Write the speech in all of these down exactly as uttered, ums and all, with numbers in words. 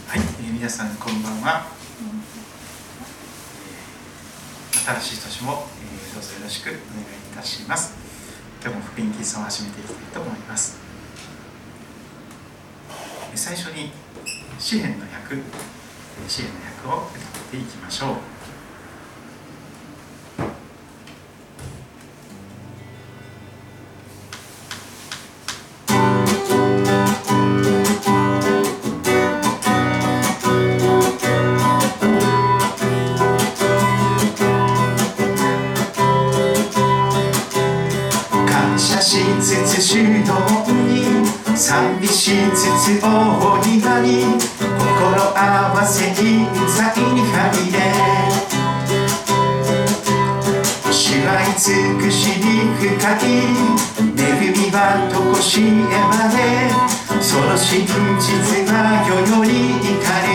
はい、えー、皆さんこんばんは。えー、新しい年も、えー、どうぞよろしくお願いいたします。今日も福音キリストを始めていきたいと思います。えー、最初に詩編の訳、詩編の訳を歌っていきましょう。主の門に賛美しつつ大庭に心合わせに在に入れ、主は慈しみ深い、恵みはとこしえまで、その真実は世より光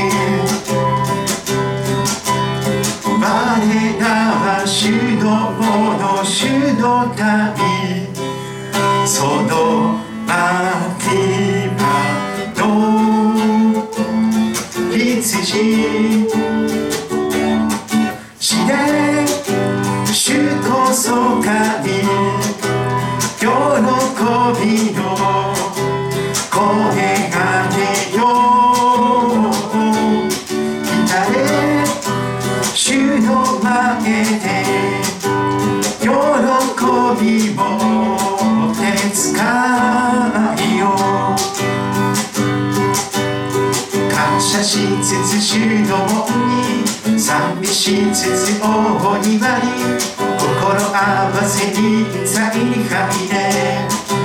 る。我らは主のもの、主の民、その牧場の羊、知れ主こそ神、喜びの声が出よう。来れ主の前で喜びも使いよ。感謝しつつ主の門に賛美しつつ大庭に心合わせに在に入れ、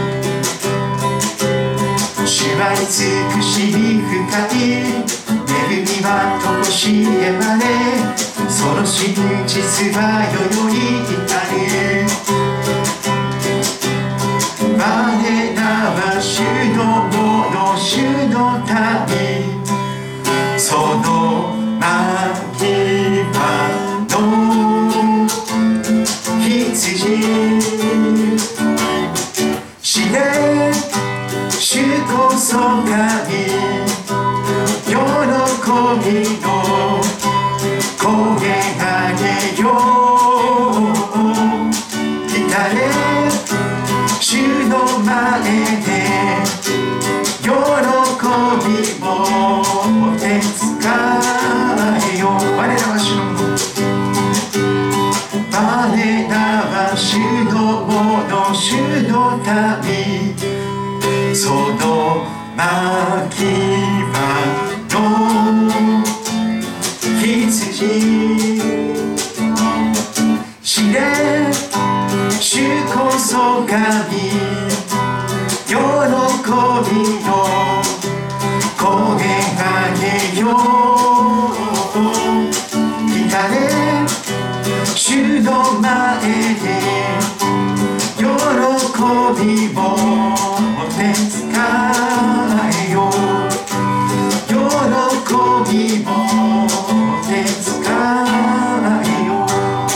主は慈しみ深い、恵みはとこしえまで、その真実は世より光る。我らは主のもの、主の民、その牧場の羊、知れ主こそ神、喜びの声が出よう。来れ主の前で喜びもて使えよ。我らは主のもの、我らは主のもの、主の民、その牧場の羊、知れ主こそ神、喜びの声が出よう。来れ主の前で喜びもて使えよ。喜びもて使えよ。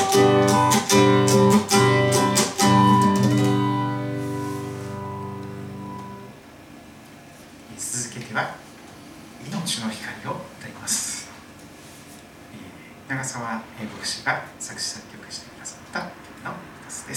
続けては命の光を歌います。えー、長澤牧師が作詞作曲してくださった曲の一つです。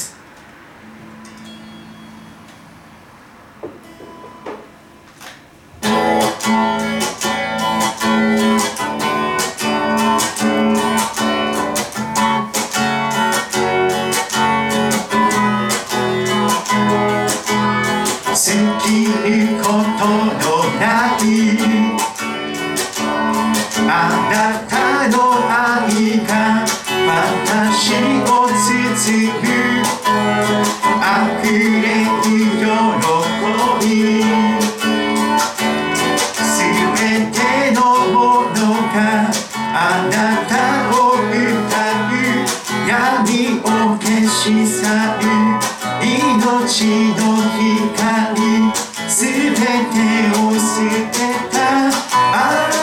尽きることのないあなたの愛が私を包む、溢れる喜び、すべてのものがあなたを歌う、闇を消し去る命の光、すべてを捨てた愛、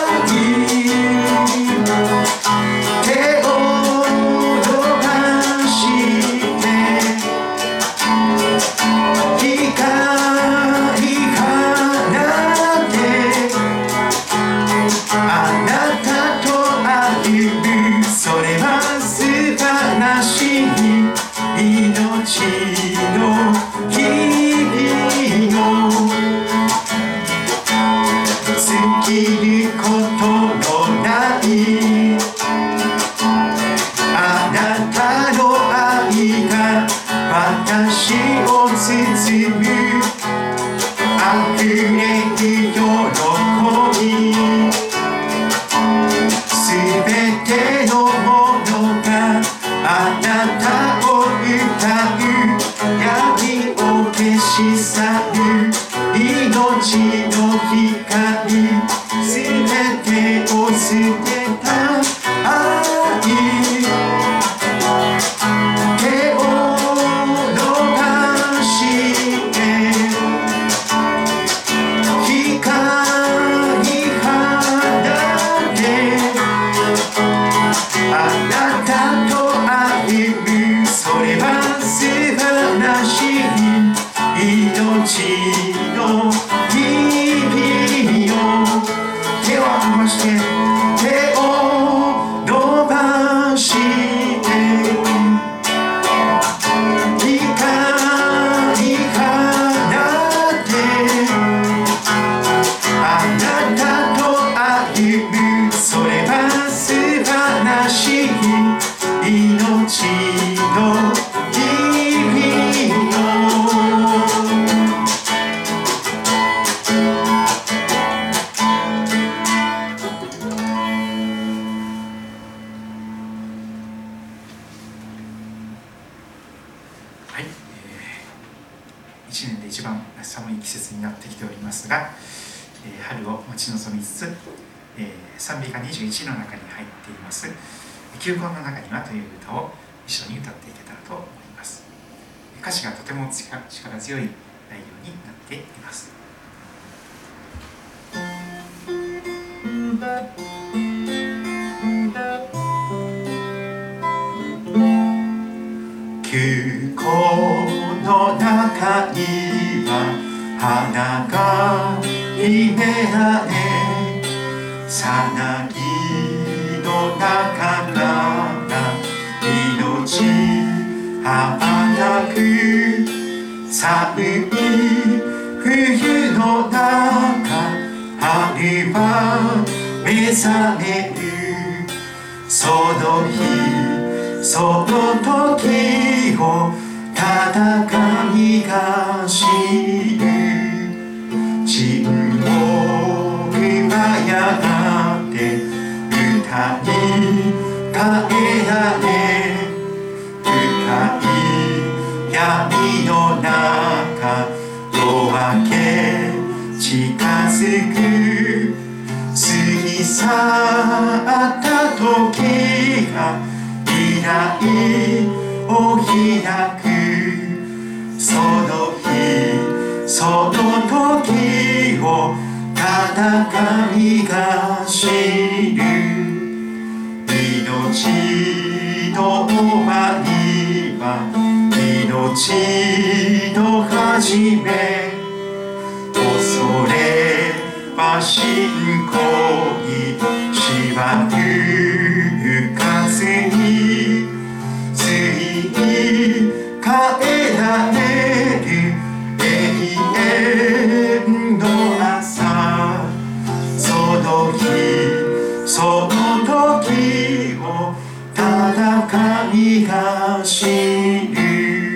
手を伸ばして光放って、あきることのないあなたの愛が私を包む溢れる喜びすべてのものがあなたを歌う闇を消し去る命の光すべてを捨てた愛手を伸ばして光放てあなたと歩むそれは素晴らしい命の日々を手を伸ばして手を伸ばして光放てあなたと歩むそれは素晴らしい命の日々をはい、えー、いちねんで一番寒い季節になってきておりますが、えー、春を待ち望みつつ、えー、賛美歌にじゅういちの中に入っています「球根の中には」という歌を一緒に歌っていけたらと思います。歌詞がとても力強い内容になっています。球根の中には花が秘められさなぎの中から命羽ばたく寒い冬の中春は目覚めるその日その時を戦いが知る沈黙はやがて歌に変えられ深い闇の中夜明け近づく過ぎ去った時が未来を開くその日その時を戦いが知る命の終わりは命の始め恐れは信仰に縛る風についに変えられる永遠の朝その日その時を戦いが知る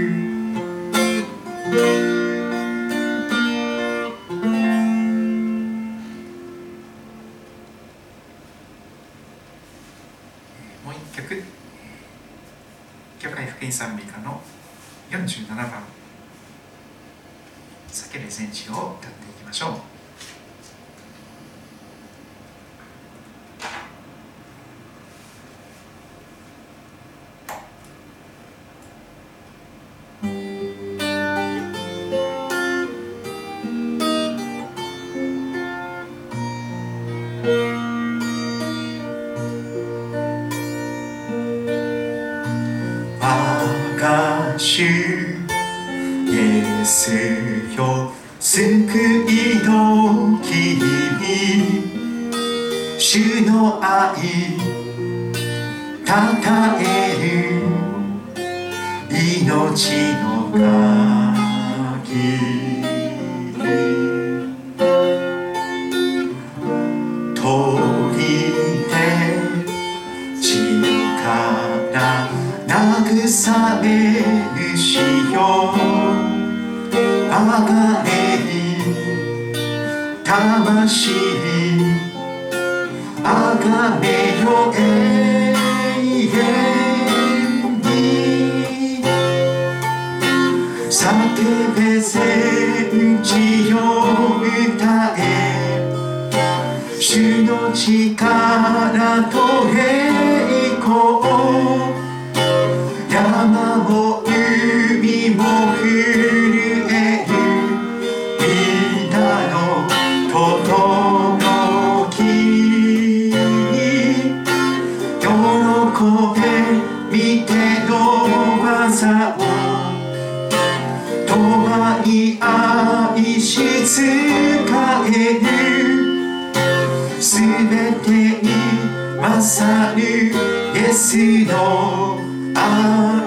もう一曲教会福音賛美歌のよんじゅうななばん「叫べ全地」を歌っていきましょう。我が主イエスよ救いの君主の愛たたえる命の限り通りで地から慰めるしよあがれ魂あがめよ永遠に叫べ戦地よ歌え主の力と栄光山も海も震える皆の轟き喜べ見ての技を共に愛し仕えるすべてに勝るイエスの愛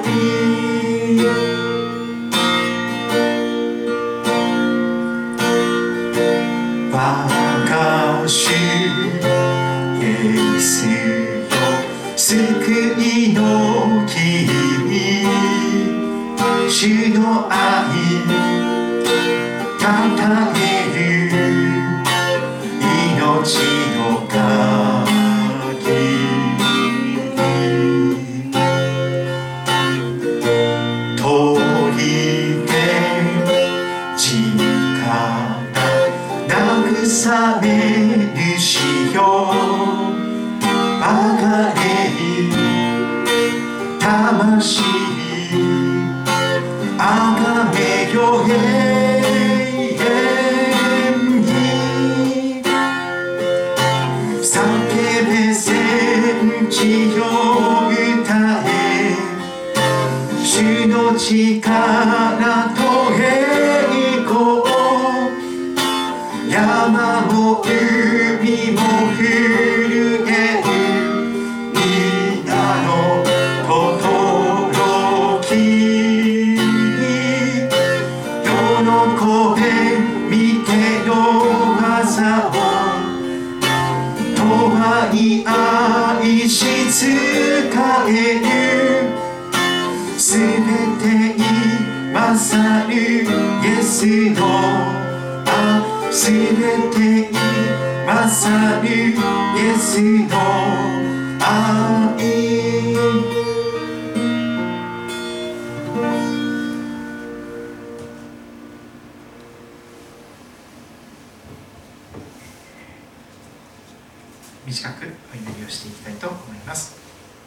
我が主イエスよ救いの君主の愛たたえる命の鍵砦慰めるしよあがれ魂あがめよ永遠に叫べ戦地よ歌え主の力と栄光山も海も震える皆の轟き喜べ見ての技を共に愛し仕えるすべてに勝るイエスの愛すべてに勝るイエスの愛短くお祈りをしていきたいと思います。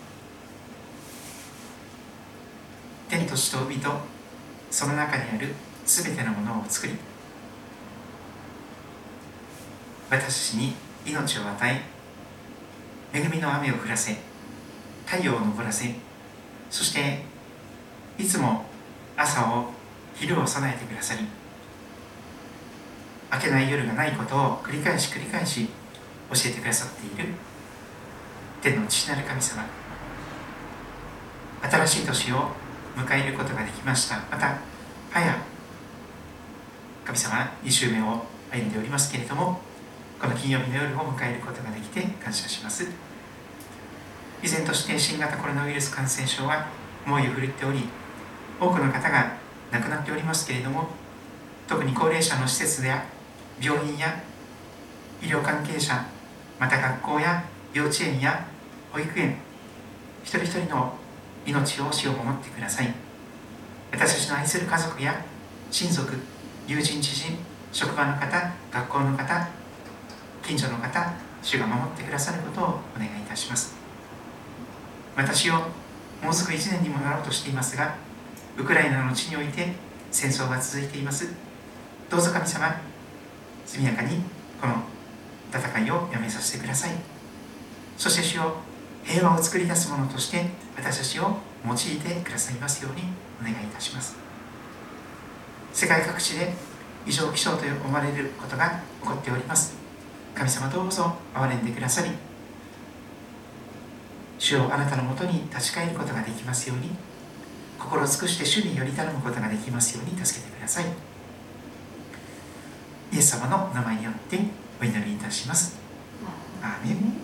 天と地と海とその中にあるすべてのものを作り私たちに命を与え恵みの雨を降らせ太陽を昇らせそしていつも朝を昼を備えてくださり明けない夜がないことを繰り返し繰り返し教えてくださっている天の父なる神様新しい年を迎えることができました。また早神様に週目を歩んでおりますけれどもこの金曜日の夜を迎えることができて感謝します。依然として新型コロナウイルス感染症は猛威を振るっており多くの方が亡くなっておりますけれども特に高齢者の施設や病院や医療関係者また学校や幼稚園や保育園一人一人の命を主を守ってください。私たちの愛する家族や親族友人知人職場の方学校の方近所の方主が守ってくださることをお願いいたします。私をもうすぐいちねんにもなろうとしていますがウクライナの地において戦争が続いています。どうぞ神様速やかにこの戦いをやめさせてください。そして主を平和を作り出すものとして私たちを用いてくださいますようにお願いいたします。世界各地で異常気象と思われることが起こっております。神様どうぞ憐れんでくださり主をあなたのもとに立ち返ることができますように心を尽くして主により頼むことができますように助けてください。イエス様の名前によってお祈りいたします。 アーメン。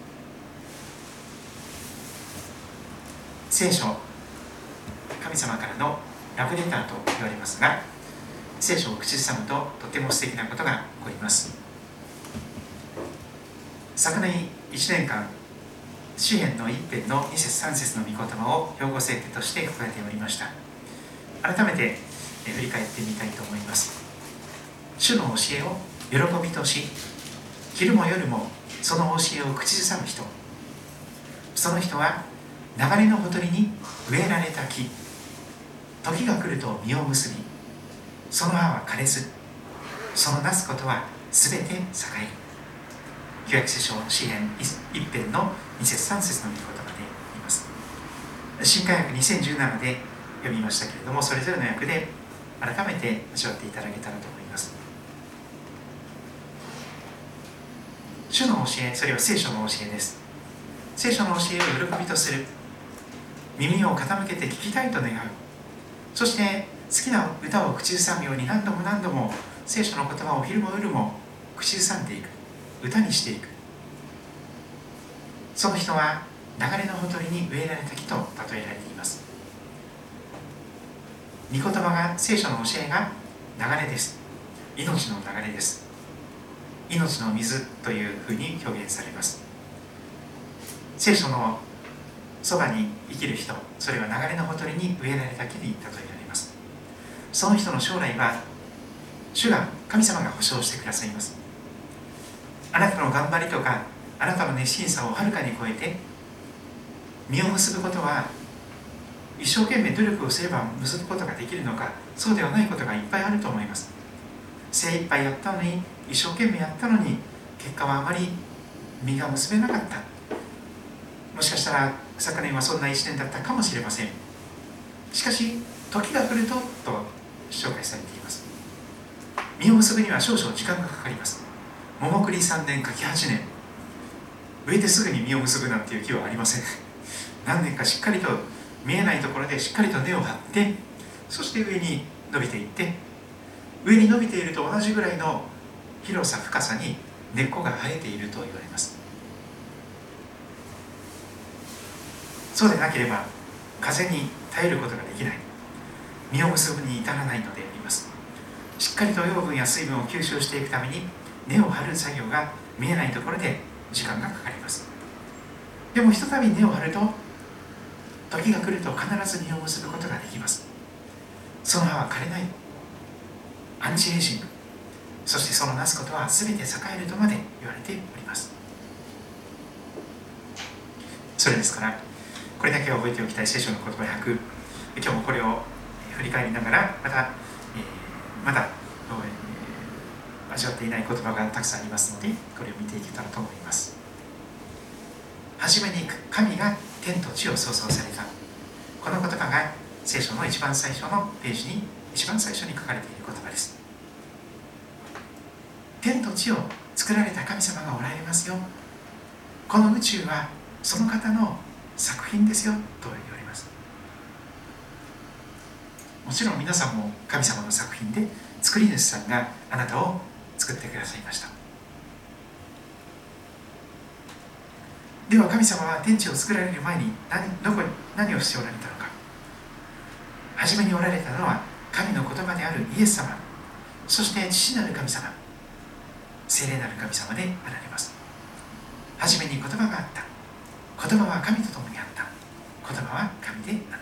聖書、神様からのラブレターと言われますが、聖書を口ずさむととても素敵なことが起こります。昨年いちねんかん、詩編の一編のに節さん節の御言葉を標語聖句として書かれておりました。改めて振り返ってみたいと思います。主の教えを喜びとし、昼も夜もその教えを口ずさむ人、その人は流れのほとりに植えられた木、時が来ると実を結び、その葉は枯れず、そのなすことはすべて栄える。旧約聖書詩編一編のに節さん節の御言葉で言います。新海訳にせんじゅうななで読みましたけれども、それぞれの訳で改めて味わっていただけたらと思います。主の教え、それは聖書の教えです。聖書の教えを喜びとする、耳を傾けて聞きたいと願う、そして好きな歌を口ずさむように何度も何度も聖書の言葉を昼も夜も口ずさんでいく、歌にしていく。その人は流れのほとりに植えられた木と例えられています。御言葉が、聖書の教えが流れです。命の流れです。命の水というふうに表現されます。聖書のそばに生きる人、それは流れのほとりに植えられた木に例えられます。その人の将来は主が、神様が保証してくださいます。あなたの頑張りとかあなたの熱心さをはるかに超えて実を結ぶことは、一生懸命努力をすれば結ぶことができるのか、そうではないことがいっぱいあると思います。精一杯やったのに、一生懸命やったのに、結果はあまり実が結べなかった。もしかしたら昨年はそんないちねんだったかもしれません。しかし時が来るとと紹介されています。実を結ぶには少々時間がかかります。桃栗さんねん、柿はちねん、植えてすぐに実を結ぶなんていう木はありません。何年かしっかりと見えないところでしっかりと根を張って、そして上に伸びていって、上に伸びていると同じぐらいの広さ深さに根っこが生えていると言われます。そうでなければ風に耐えることができない、実を結ぶに至らないのであります。しっかりと養分や水分を吸収していくために根を張る作業が見えないところで時間がかかります。でもひとたび根を張ると、時が来ると必ず実を結ぶことができます。その葉は枯れない、アンチエイジング、そしてそのなすことは全て栄えるとまで言われております。それですから、これだけは覚えておきたい聖書の言葉ひゃく、今日もこれを振り返りながら、また、えー、まだ、えー、味わっていない言葉がたくさんありますので、これを見ていけたらと思います。はじめに神が天と地を創造された、この言葉が聖書の一番最初のページに、一番最初に書かれている言葉です。天と地を作られた神様がおられますよ、この宇宙はその方の作品ですよと言われます。もちろん皆さんも神様の作品で、作り主さんがあなたを作ってくださいました。では神様は天地を作られる前に 何, どこに何をしておられたのか。はじめにおられたのは神の言葉であるイエス様、そして父なる神様、聖霊なる神様であられます。はじめに言葉があった、言葉は神と共にあった、言葉は神であった。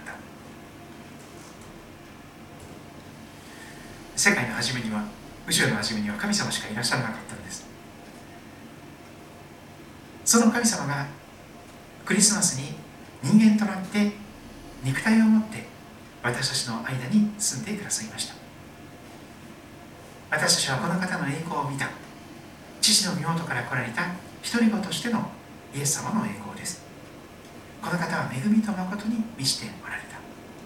世界の初めには、宇宙の初めには神様しかいらっしゃらなかったのです。その神様がクリスマスに人間となって肉体を持って私たちの間に住んでくださいました。私たちはこの方の栄光を見た、父の身元から来られた一人子としてのイエス様の栄光です。この方は恵みと誠に満ちておられた。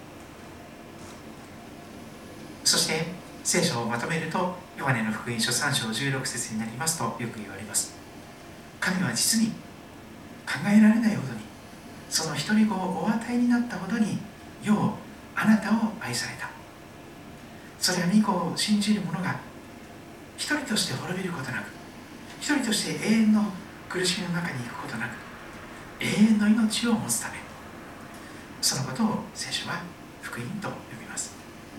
そして聖書をまとめると、ヨハネの福音書さん章じゅうろく節になりますとよく言われます。神は実に考えられないほどに、その一人子をお与えになったほどに世を、あなたを愛された。それは御子を信じる者が一人として滅びることなく、一人として永遠の苦しみの中に行くことなく永遠の命を持つため、そのことを聖書は福音と呼びます。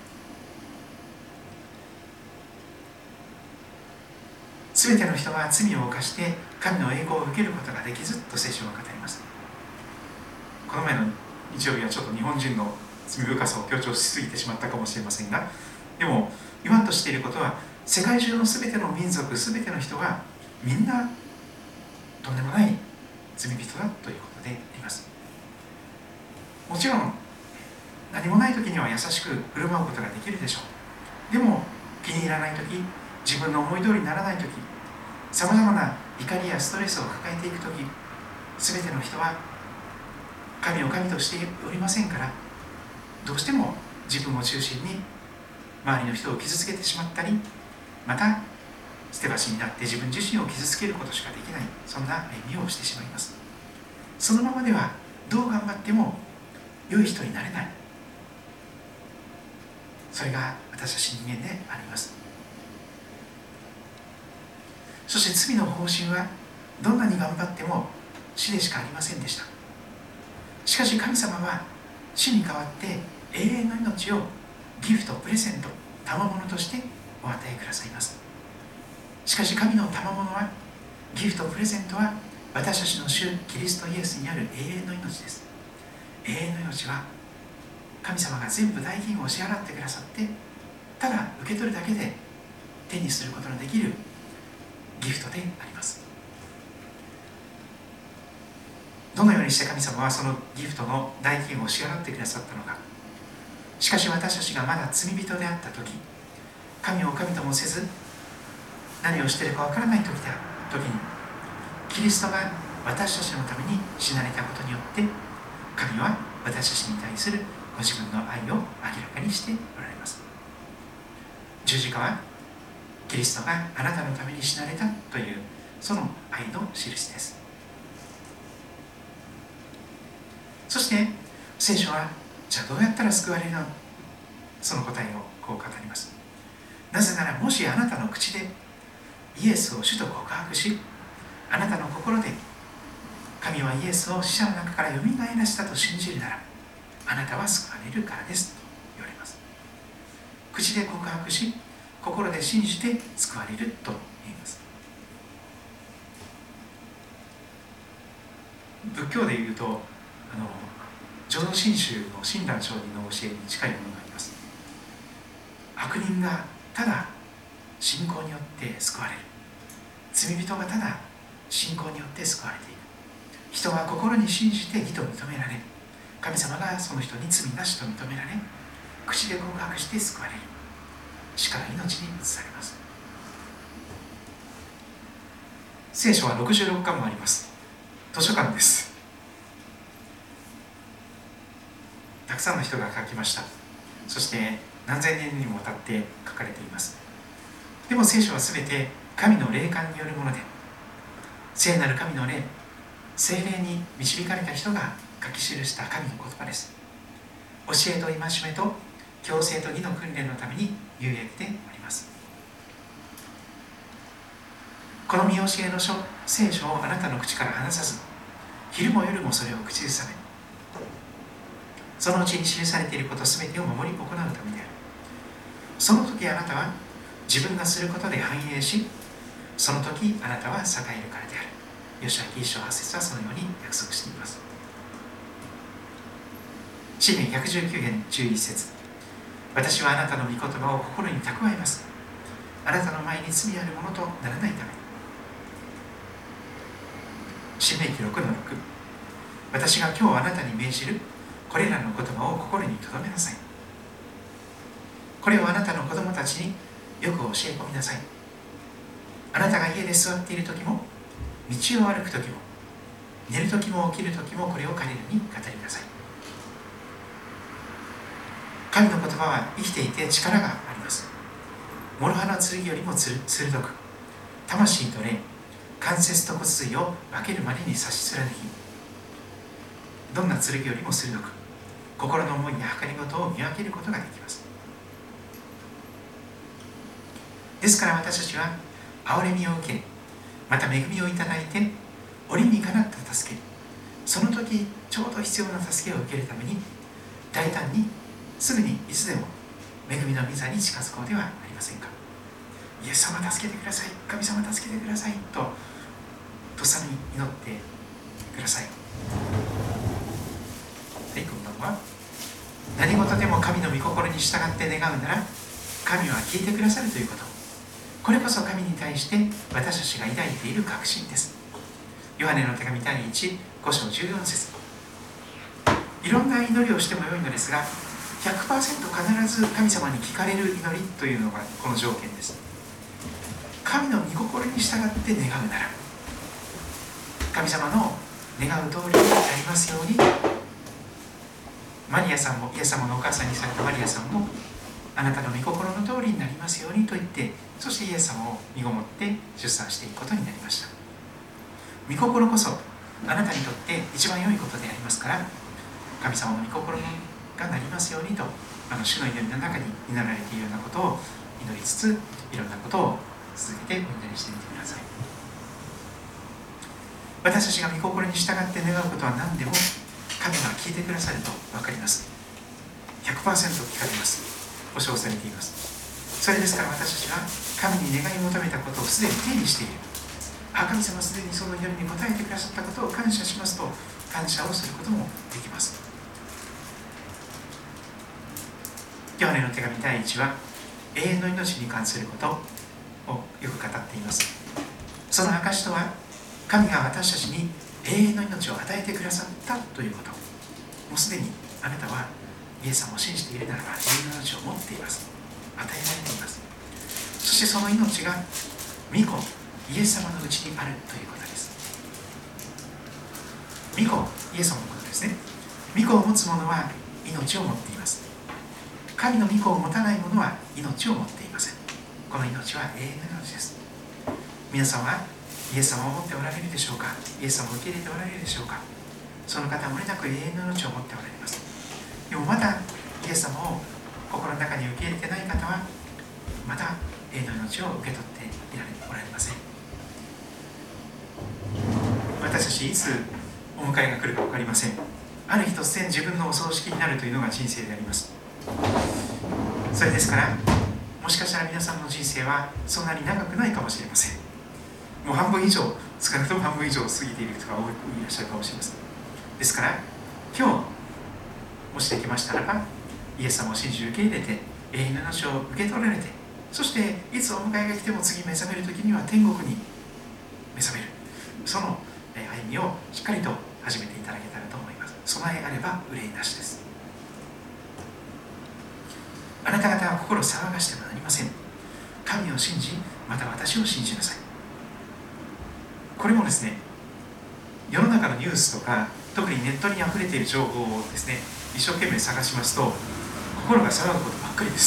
すべての人は罪を犯して神の栄光を受けることができずと聖書は語ります。この前の日曜日はちょっと日本人の罪深さを強調しすぎてしまったかもしれませんが、でも言わんとしていることは、世界中のすべての民族、すべての人はみんなとんでもない罪人だということであります。もちろん何もない時には優しく振る舞うことができるでしょう。でも気に入らない時、自分の思い通りにならない時、さまざまな怒りやストレスを抱えていく時、すべての人は神を神としておりませんから、どうしても自分を中心に周りの人を傷つけてしまったり、また捨て橋になって自分自身を傷つけることしかできない、そんな歩みをしてしまいます。そのままではどう頑張っても良い人になれない。それが私たち人間であります。そして罪の報酬はどんなに頑張っても死でしかありませんでした。しかし神様は死に代わって永遠の命をギフト、プレゼント、賜物としてお与えくださいます。しかし神の賜物は、ギフト、プレゼントは私たちの主キリストイエスにある永遠の命です。永遠の命は神様が全部代金を支払ってくださって、ただ受け取るだけで手にすることのできるギフトであります。どのようにして神様はそのギフトの代金を支払ってくださったのか。しかし私たちがまだ罪人であった時、神を神ともせず何をしているかわからない時だ時に、キリストが私たちのために死なれたことによって、神は私たちに対するご自分の愛を明らかにしておられます。十字架はキリストがあなたのために死なれたというその愛の印です。そして聖書は、じゃあどうやったら救われるの？その答えをこう語ります。なぜなら、もしあなたの口でイエスを主と告白し、あなたの心で神はイエスを死者の中からよみがえらせたと信じるなら、あなたは救われるからですと言われます。口で告白し、心で信じて救われると言います。仏教でいうと、あの浄土真宗の親鸞上人の教えに近いものがあります。悪人がただ信仰によって救われる、罪人がただ信仰によって救われていく。人は心に信じて義と認められ、神様がその人に罪なしと認められ、口で告白して救われる。死から命に移されます。聖書はろくじゅうろっかんもあります。図書館です。たくさんの人が書きました。そして何千年にもわたって書かれています。でも聖書はすべて神の霊感によるもので、聖なる神の霊、聖霊に導かれた人が書き記した神の言葉です。教えと戒めと強制と義の訓練のために有益であります。この見教えの書、聖書をあなたの口から離さず、昼も夜もそれを口ずさめ、そのうちに記されていることすべてを守り行うためである。その時あなたは自分がすることで繁栄し、その時あなたは栄えるからである。ヨシュア記一章八節はそのように約束しています。詩編ひゃくじゅうきゅう編じゅういち節、私はあなたの御言葉を心に蓄えます。あなたの前に罪あるものとならないため。詩編記ろくのろく、私が今日あなたに命じるこれらの言葉を心に留めなさい。これをあなたの子供たちによく教え込みなさい。あなたが家で座っている時も、道を歩く時も、寝る時も起きる時も、これを彼らに語りなさい。神の言葉は生きていて力があります。諸刃の剣よりも鋭く、魂と霊、関節と骨髄を分けるまでに差し貫き、どんな剣よりも鋭く、心の思いや計りごとを見分けることができます。ですから私たちは憐れみを受け、また恵みをいただいて、 ちょうど必要な助けを受けるために大胆にすぐにいつでも恵みの御座に近づこうではありませんか。イエス様助けてください、神様助けてくださいととっさに祈ってください。はい、こんばんは。何事でも神の御心に従って願うなら神は聞いてくださるということ、これこそ神に対して私たちが抱いている確信です。ヨハネの手紙第いち、ご章じゅうよん節。いろんな祈りをしてもよいのですが ひゃくパーセント 必ず神様に聞かれる祈りというのがこの条件です。神の御心に従って願うなら神様の願う通りになりますように。マリアさんもイエス様のお母さんにされたマリアさんもあなたの御心の通りになりますようにと言って、そしてイエス様を身ごもって出産していくことになりました。御心こそあなたにとって一番良いことでありますから、神様の御心がなりますようにと、あの主の祈りの中に祈られているようなことを祈りつつ、いろんなことを続けてお祈りしてみてください。私たちが御心に従って願うことは何でも神が聞いてくださると分かります。 ひゃくパーセント 聞かれます。保証されています。それですから私たちは神に願い求めたことをすでに手にしている。あ、神様すでにその祈りに応えてくださったことを感謝しますと感謝をすることもできます。ヨハネの手紙第いちは永遠の命に関することをよく語っています。その証とは神が私たちに永遠の命を与えてくださったということ。もうすでにあなたはイエス様を信じているならば永遠の命を持っています。与えられています。そしてその命が御子イエス様のうちにあるということです。御子イエス様のことですね。御子を持つ者は命を持っています。神の御子を持たない者は命を持っていません。この命は永遠の命です。皆さんはイエス様を持っておられるでしょうか。イエス様を受け入れておられるでしょうか。その方は漏れなく永遠の命を持っておられます。でもまだイエス様を心の中に受け入れてない方はまだ永遠の命を受け取っていられおられません。私たちいつお迎えが来るか分かりません。ある日突然自分のお葬式になるというのが人生であります。それですからもしかしたら皆さんの人生はそんなに長くないかもしれません。もう半分以上、少なくとも半分以上過ぎている人が多くいらっしゃるかもしれません。ですから今日もしできましたらばイエス様を信じ受け入れて永遠の命を受け取られて、そしていつお迎えが来ても次目覚める時には天国に目覚める、その歩みをしっかりと始めていただけたらと思います。備えあれば憂いなしです。あなた方は心を騒がしてはなりません。神を信じ、また私を信じなさい。これもですね、世の中のニュースとか特にネットにあふれている情報をですね一生懸命探しますと心が騒ぐことばっかりです。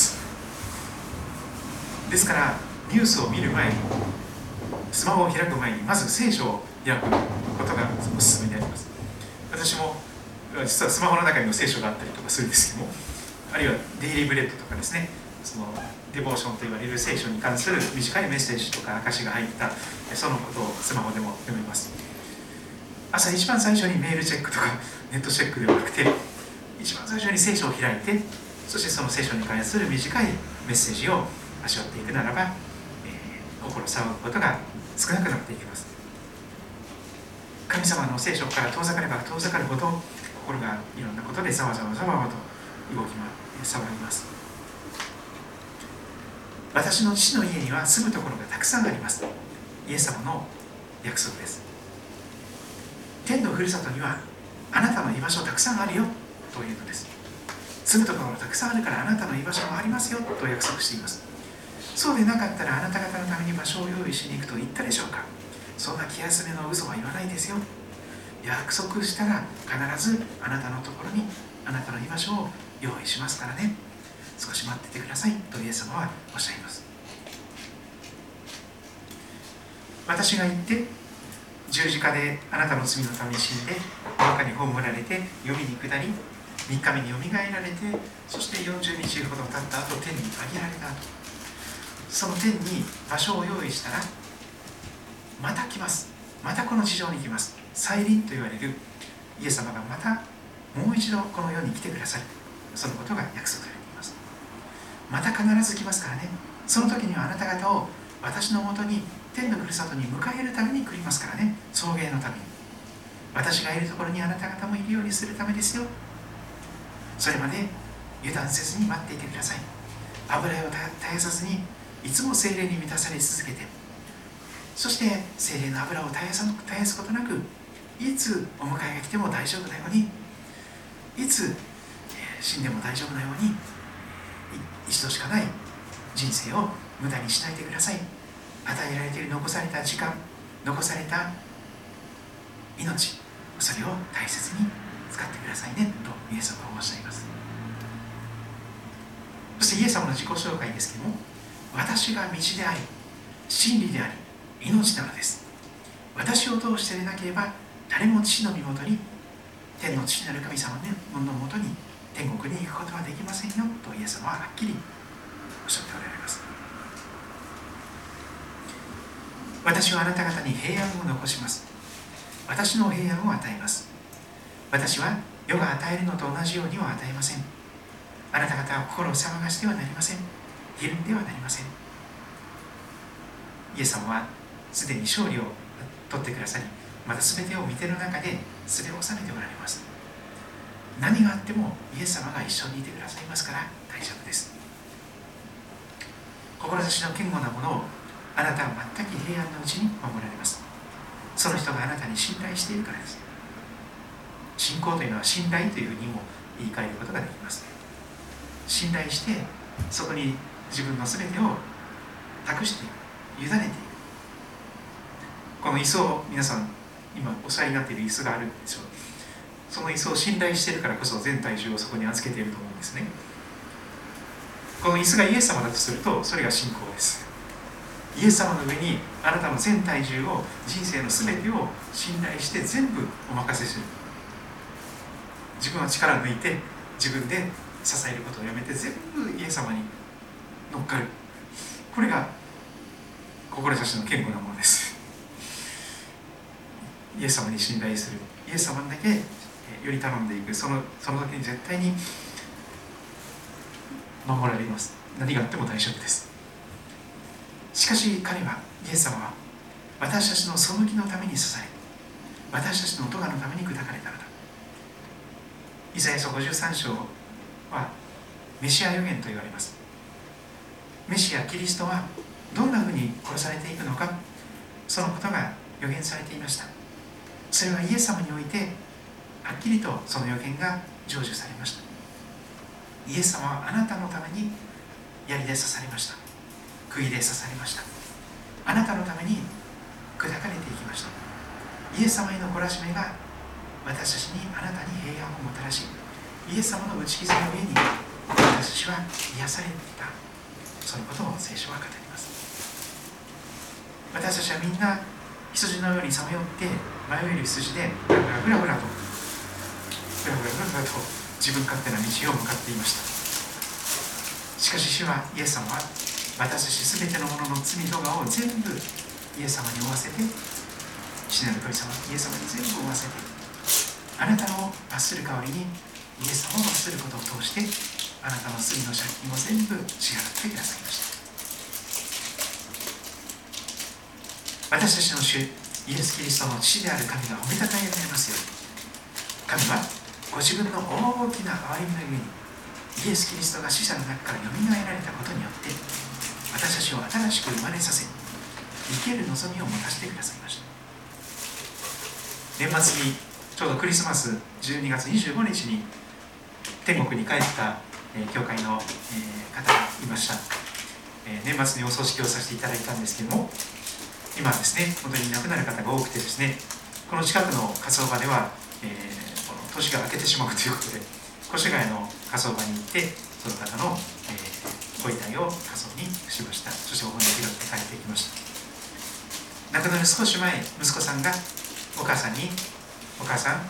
ですからニュースを見る前に、スマホを開く前にまず聖書を開くことがおすすめであります。私も実はスマホの中にも聖書があったりとかするんですけども、あるいはデイリーブレッドとかですね、そのデボーションと言われる聖書に関する短いメッセージとか証が入ったそのことをスマホでも読めます。朝一番最初にメールチェックとかネットチェックではなくて、一番最初に聖書を開いて、そしてその聖書に関する短いメッセージを味わっていくならば、えー、心騒ぐことが少なくなっていきます。神様の聖書から遠ざかれば遠ざかるほど心がいろんなことでざわざわざわざわと動き騒ぎます。私の父の家には住むところがたくさんあります。イエス様の約束です。天のふるさとにはあなたの居場所たくさんあるよというのです。住むところがたくさんあるからあなたの居場所もありますよと約束しています。そうでなかったらあなた方のために場所を用意しに行くと言ったでしょうか。そんな気休めの嘘は言わないですよ。約束したら必ずあなたのところにあなたの居場所を用意しますからね。少し待っててくださいとイエス様はおっしゃいます。私が行って十字架であなたの罪のために死んでお墓に葬られて読みに下りみっかめによみがえられて、そしてよんじゅうにちほど経った後天に上げられた後、その天に場所を用意したらまた来ます。またこの地上に来ます。再臨と言われるイエス様がまたもう一度この世に来てくださる、そのことが約束されています。また必ず来ますからね。その時にはあなた方を私のもとに天のふるさとに迎えるために来りますからね。送迎のために、私がいるところにあなた方もいるようにするためですよ。それまで油断せずに待っていてください。油を絶やさずにいつも聖霊に満たされ続けて、そして聖霊の油を絶やさ絶やすことなく、いつお迎えが来ても大丈夫なように、いつ死んでも大丈夫なように、一度しかない人生を無駄にしないでください。与えられている残された時間、残された命、それを大切に使ってくださいねとイエス様はおっしゃいます。そしてイエス様の自己紹介ですけども、私が道であり真理であり命なのです。私を通してでなければ誰も父の身元に、天の父なる神様のもとに天国に行くことはできませんよとイエス様ははっきりおっしゃっておられます。私はあなた方に平安を残します。私の平安を与えます。私は世が与えるのと同じようには与えません。あなた方は心を騒がしてはなりません。ひるんではなりません。イエス様はすでに勝利を取ってくださり、また全てを御手の中で全てを収めておられます。何があってもイエス様が一緒にいてくださいますから大丈夫です。志の堅固なものをあなたは全く平安のうちに守られます。その人があなたに信頼しているからです。信仰というのは信頼というふうにも言い換えることができます。信頼してそこに自分の全てを託していく、委ねていく。この椅子を皆さん今お座りになっている椅子があるんでしょう。その椅子を信頼しているからこそ全体重をそこに預けていると思うんですね。この椅子がイエス様だとするとそれが信仰です。イエス様の上にあなたの全体重を、人生の全てを信頼して全部お任せする。自分は力を抜いて自分で支えることをやめて全部イエス様に乗っかる。これが志の堅固なものです。イエス様に信頼する、イエス様にだけより頼んでいく。そのその時に絶対に守られます。何があっても大丈夫です。しかし彼は、イエス様は私たちの背きのために刺され、私たちの咎のために砕かれたのだ。イザヤ書ごじゅうさん章はメシア予言と言われます。メシアキリストはどんなふうに殺されていくのか、そのことが予言されていました。それはイエス様においてはっきりとその予言が成就されました。イエス様はあなたのために槍で刺されました。釘で刺されました。あなたのために砕かれていきました。イエス様への懲らしめが私たちに、あなたに平安をもたらし、イエス様の打ち傷の上に私たちは癒された、そのことを聖書は語ります。私たちはみんな羊のようにさまよって迷える羊でぐらぐらぐらとぐらぐらぐらと自分勝手な道を向かっていました。しかし主は、イエス様は私たちすべてのものの罪とかを全部イエス様に負わせて、父なる神様イエス様に全部負わせて、あなたを罰する代わりにイエス様を罰することを通して、あなたの罪の借金を全部支払ってくださいました。私たちの主イエス・キリストの父である神がおめたたえられますように、神はご自分の大きな憐れみのゆえに、イエス・キリストが死者の中からよみがえられたことによって私たちを新しく生まれさせ、生ける望みを持たせてくださいました。年末にちょうどクリスマスじゅうにがつにじゅうごにちに天国に帰った、えー、教会の、えー、方がいました。えー、年末にお葬式をさせていただいたんですけども、今ですね、本当に亡くなる方が多くてですね、この近くの火葬場では、えー、この年が明けてしまうということで、越谷の火葬場に行って、その方の、えー、ご遺体を火葬にしました。そしてお骨を拾って帰っていきました。亡くなる少し前、息子さんがお母さんに、お母さん、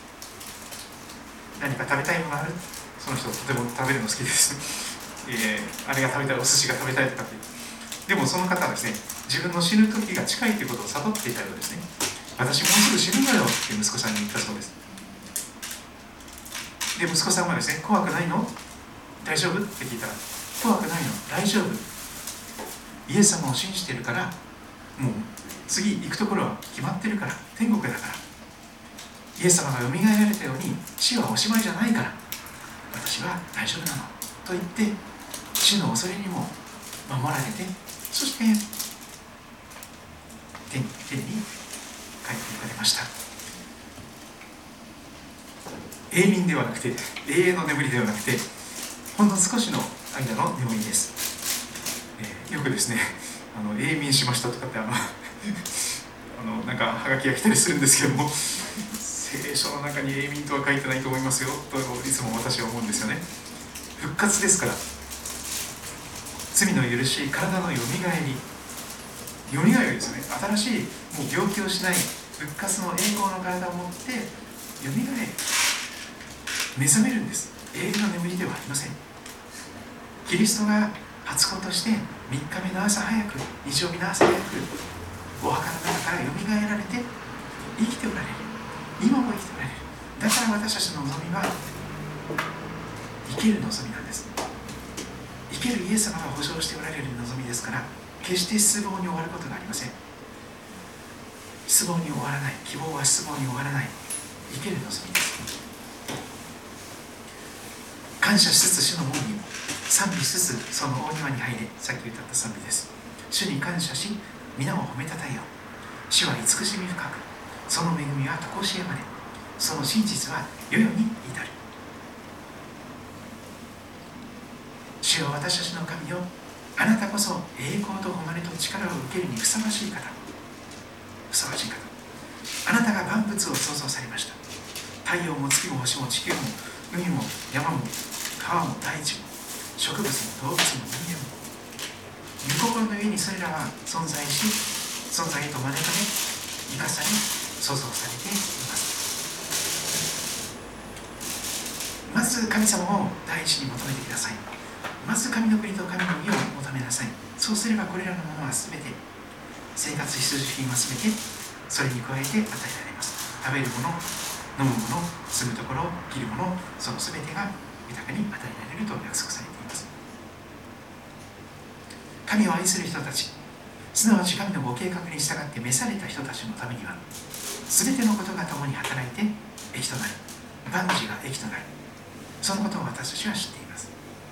何か食べたいものある？その人とても食べるの好きです。えー、あれが食べたい、お寿司が食べたいとかって。でもその方はですね、自分の死ぬ時が近いということを悟っていたようですね。私もうすぐ死ぬのよって息子さんに言ったそうです。 で息子さんはですね、怖くないの大丈夫って聞いたら、怖くないの大丈夫、イエス様を信じてるから、もう次行くところは決まってるから、天国だから、イエス様がよみがえられたように死はおしまいじゃないから、私は大丈夫なのと言って、死の恐れにも守られて、そして天に帰っていかれました。永眠ではなくて、永遠の眠りではなくて、ほんの少しの間の眠りです。えー、よくですね、あの永眠しましたとかってあのあのなんかハガキが来たりするんですけども、聖書の中に永眠とは書いてないと思いますよといつも私は思うんですよね。復活ですから、罪の許し、体のよみがえり、よみがえりですね。新しい、もう病気をしない復活の栄光の体を持ってよみがえり、目覚めるんです。永遠の眠りではありません。キリストが初子としてみっかめの朝早く、日曜日の朝早くお墓の中からよみがえられて生きておられる。今も生きておられる。だから私たちの望みは生ける望みなんです。生けるイエス様が保証しておられる望みですから、決して失望に終わることがありません。失望に終わらない。希望は失望に終わらない。生ける望みです。感謝しつつ主の門にも、賛美しつつその大庭に入れ。さっき歌った賛美です。主に感謝し、皆を褒めたたえよ。主は慈しみ深く、その恵みはとこしえまで、その真実は世々に至る。主よ、私たちの神よ、あなたこそ栄光と誉れと力を受けるにふさわしい方、ふさわしい方。あなたが万物を創造されました。太陽も月も星も地球も海も山も川も大地も植物も動物も人間も、御心の上にそれらは存在し、存在へと招かれ、生かされ、創造されています。まず神様を第一に求めてください。まず神の国と神の義を求めなさい。そうすればこれらのものはすべて、生活必需品はすべてそれに加えて与えられます。食べるもの、飲むもの、住むところ、着るもの、そのすべてが豊かに与えられると約束されています。神を愛する人たち、すなわち神のご計画に従って召された人たちのためには、すべてのことが共に働いて益となる。万事が益となる。そのことを私たちは知っています。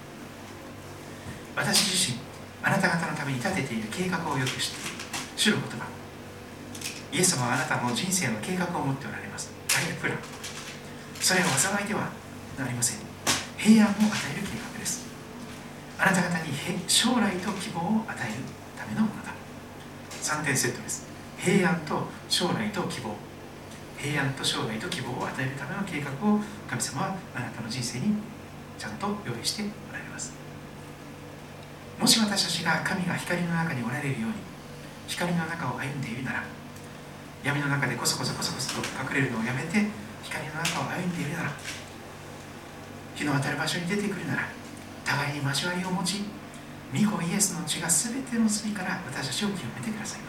私自身、あなた方のために立てている計画をよく知っている。主の言葉。イエス様はあなたの人生の計画を持っておられます。大プラン。それは災いではなりません。平安を与える計画です。あなた方に将来と希望を与えるためのものだ。さんてんセットです。平安と将来と希望。平安と将来と希望を与えるための計画を神様はあなたの人生にちゃんと用意しておられます。もし私たちが神が光の中におられるように光の中を歩んでいるなら、闇の中でこそこそこそこそと隠れるのをやめて光の中を歩んでいるなら、日の当たる場所に出てくるなら、互いに交わりを持ち、御子イエスの血が全ての罪から私たちを清めてくださいます。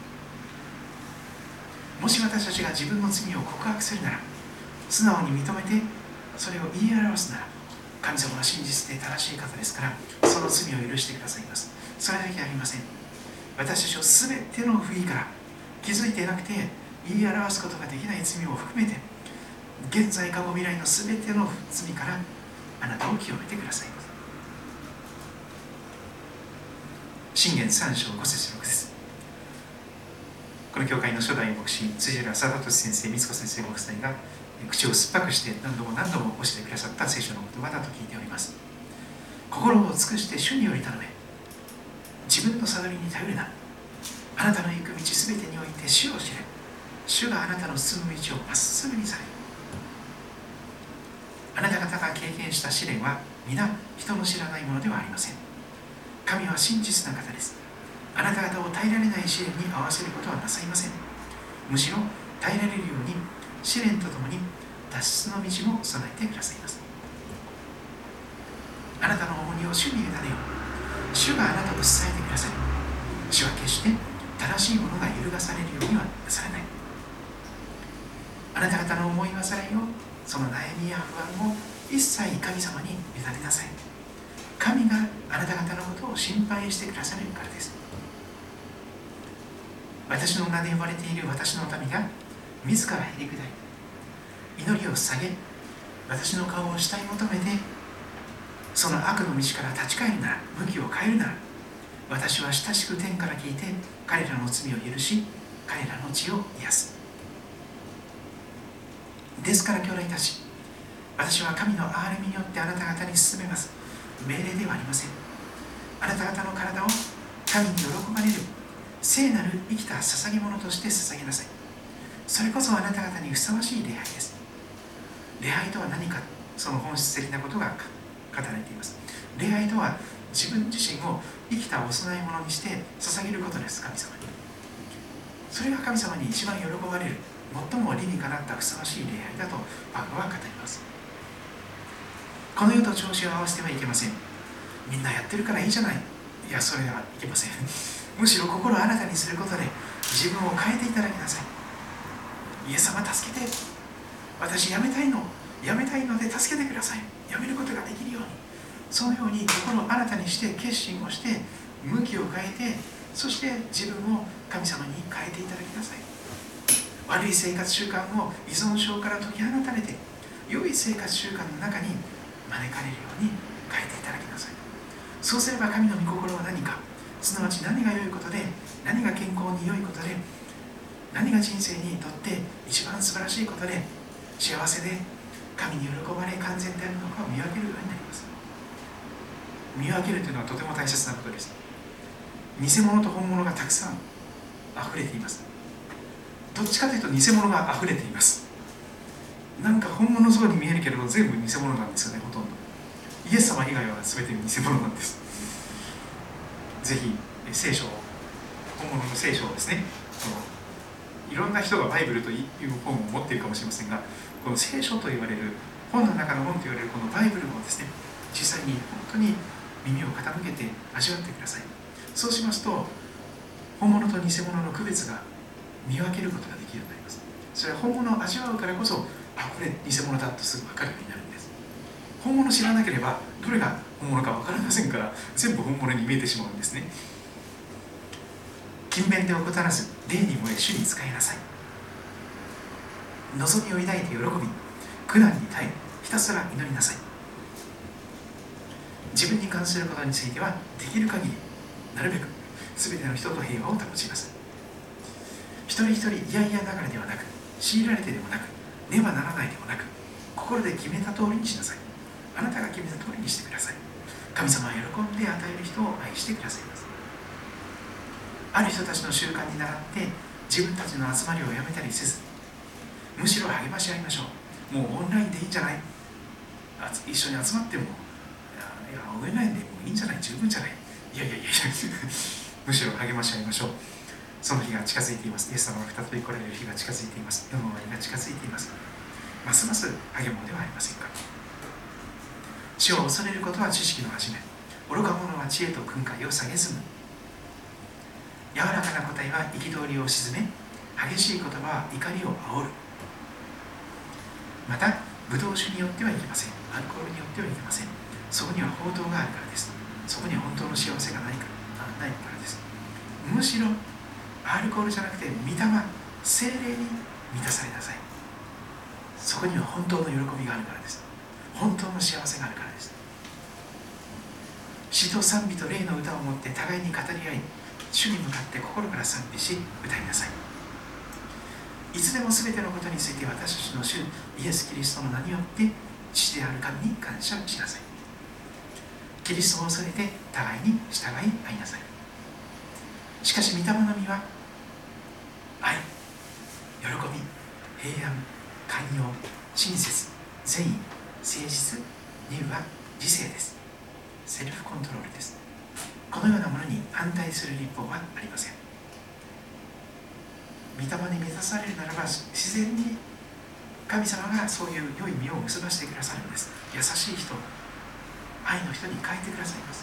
もし私たちが自分の罪を告白するなら、素直に認めてそれを言い表すなら、神様は真実で正しい方ですから、その罪を許してくださいます。それだけではありません。私たちを全ての不義から気づいていなくて言い表すことができない罪を含めて、現在過去未来の全ての罪からあなたを清めてくださいます。箴言さん章ご節ろく節。この教会の初代牧師辻浦貞俊先生、光子先生ご夫妻が口を酸っぱくして何度も何度も教えてくださった聖書の言葉だと聞いております。心を尽くして主により頼め。自分の悟りに頼るな。あなたの行く道すべてにおいて主を知れ。主があなたの進む道をまっすぐにされる。あなた方が経験した試練は皆人の知らないものではありません。神は真実な方です。あなた方を耐えられない試練に合わせることはなさいません。むしろ耐えられるように試練とともに脱出の道も備えてくださいます。あなたの重荷を主に委ねよう。主があなたを支えてください。主は決して正しいものが揺るがされるようにはなされない。あなた方の思い煩いをその悩みや不安を一切神様に委ねなさい。神があなた方のことを心配してくださるからです。私の名で呼ばれている私の民が自らへりくだり、祈りを下げ、私の顔を慕い求めて、その悪の道から立ち返るなら、向きを変えるなら、私は親しく天から聞いて彼らの罪を許し、彼らの血を癒す。ですから兄弟たち、私は神の憐れみによってあなた方に進めます。命令ではありません。あなた方の体を神に喜ばれる聖なる生きた捧げ物として捧げなさい。それこそあなた方にふさわしい礼拝です。礼拝とは何か、その本質的なことが語られています。礼拝とは自分自身を生きたお供え物にして捧げることです。神様に、それが神様に一番喜ばれる、最も理にかなったふさわしい礼拝だとパウロは語ります。この世と調子を合わせてはいけません。みんなやってるからいいじゃない。いや、それはいけません。むしろ心を新たにすることで自分を変えていただきなさい。イエス様助けて、私やめたいのやめたいので助けてください。やめることができるように、そのように心を新たにして決心をして向きを変えて、そして自分を神様に変えていただきなさい。悪い生活習慣を依存症から解き放たれて、良い生活習慣の中に招かれるように変えていただきなさい。そうすれば神の御心は何か、すなわち何が良いことで、何が健康に良いことで、何が人生にとって一番素晴らしいことで、幸せで神に喜ばれ完全であるのかを見分けるようになります。見分けるというのはとても大切なことです。偽物と本物がたくさん溢れています。どっちかというと偽物が溢れています。なんか本物そうに見えるけれど全部偽物なんですよね。ほとんどイエス様以外は全て偽物なんです。ぜひ聖書、本物の聖書をですね、いろんな人がバイブルという本を持っているかもしれませんが、この聖書と言われる本の中の本と言われるこのバイブルをですね、実際に本当に耳を傾けて味わってください。そうしますと本物と偽物の区別が見分けることができるようになります。それは本物を味わうからこそ、あ、これ偽物だとすぐ分かるようになるんです。本物を知らなければどれが本物か分かりませんから、全部本物に見えてしまうんですね。勤勉で怠らず、礼に燃え主に仕えなさい。望みを抱いて喜び、苦難に耐え、ひたすら祈りなさい。自分に関することについてはできる限り、なるべく全ての人と平和を保ちなさい。一人一人嫌々ながらではなく、強いられてでもなく、ねばならないでもなく、心で決めた通りにしなさい。あなたが決めた通りにしてください。神様は喜んで与える人を愛してくださいます。ある人たちの習慣に倣って自分たちの集まりをやめたりせず、むしろ励まし合いましょう。もうオンラインでいいんじゃない、一緒に集まっても、いやオンラインでもいいんじゃない、十分じゃない、いやいやいやむしろ励まし合いましょう。その日が近づいています。イエス様が再び来られる日が近づいています。世の終わりが近づいています。ますます励もうではありませんか。主を恐れることは知識の始め、愚か者は知恵と訓戒を蔑む。柔らかな答えは憤りを鎮め、激しい言葉は怒りを煽る。またブドウ酒によってはいけません。アルコールによってはいけません。そこには法灯があるからです。そこには本当の幸せがないからないからです。むしろアルコールじゃなくて御霊、聖霊に満たされなさい。そこには本当の喜びがあるからです。本当の幸せがあるからです。詩と賛美と霊の歌を持って互いに語り合い、主に向かって心から賛美し歌いなさい。いつでも全てのことについて私たちの主イエス・キリストの名によって父である神に感謝しなさい。キリストを恐れて互いに従い合いなさい。しかし御霊の実は愛、喜び、平安、寛容、親切、善意、誠実、乳和、理性です。セルフコントロールです。このようなものに反対する立法はありません。御霊に満たされるならば自然に神様がそういう良い実を結ばしてくださるんです。優しい人、愛の人に変えてくださいます。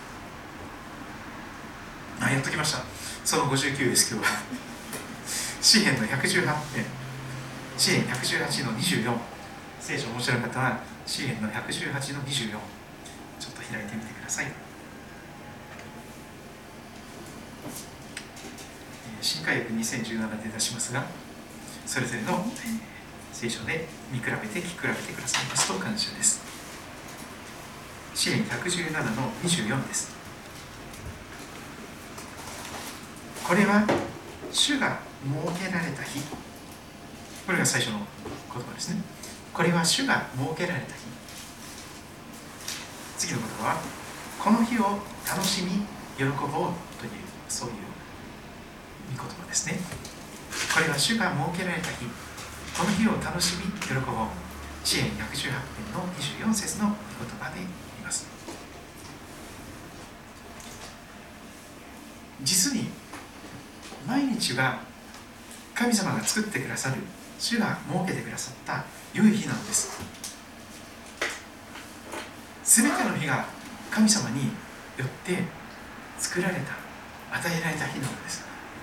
あ、やっときました。そのごじゅうきゅうです。今日は詩編のひゃくじゅうはち編、詩編ひゃくじゅうはちのにじゅうよん、 聖書面白い方は詩篇のひゃくじゅうはちのにじゅうよん、ちょっと開いてみてください。新海訳にせんじゅうななで出しますが、それぞれの聖書で見比べて聞き比べてくださいますと感謝です。詩篇ひゃくじゅうななのにじゅうよんです。これは主が設けられた日、これが最初の言葉ですね。これは主が設けられた日。次の言葉はこの日を楽しみ喜ぼうという、そういう御言葉ですね。これは主が設けられた日、この日を楽しみ喜ぼう。詩篇ひゃくじゅうはち編のにじゅうよん節の御言葉で言います。実に毎日が神様が作ってくださる、主が設けてくださった良い日なんです。すべての日が神様によって作られた、与えられた日なのです。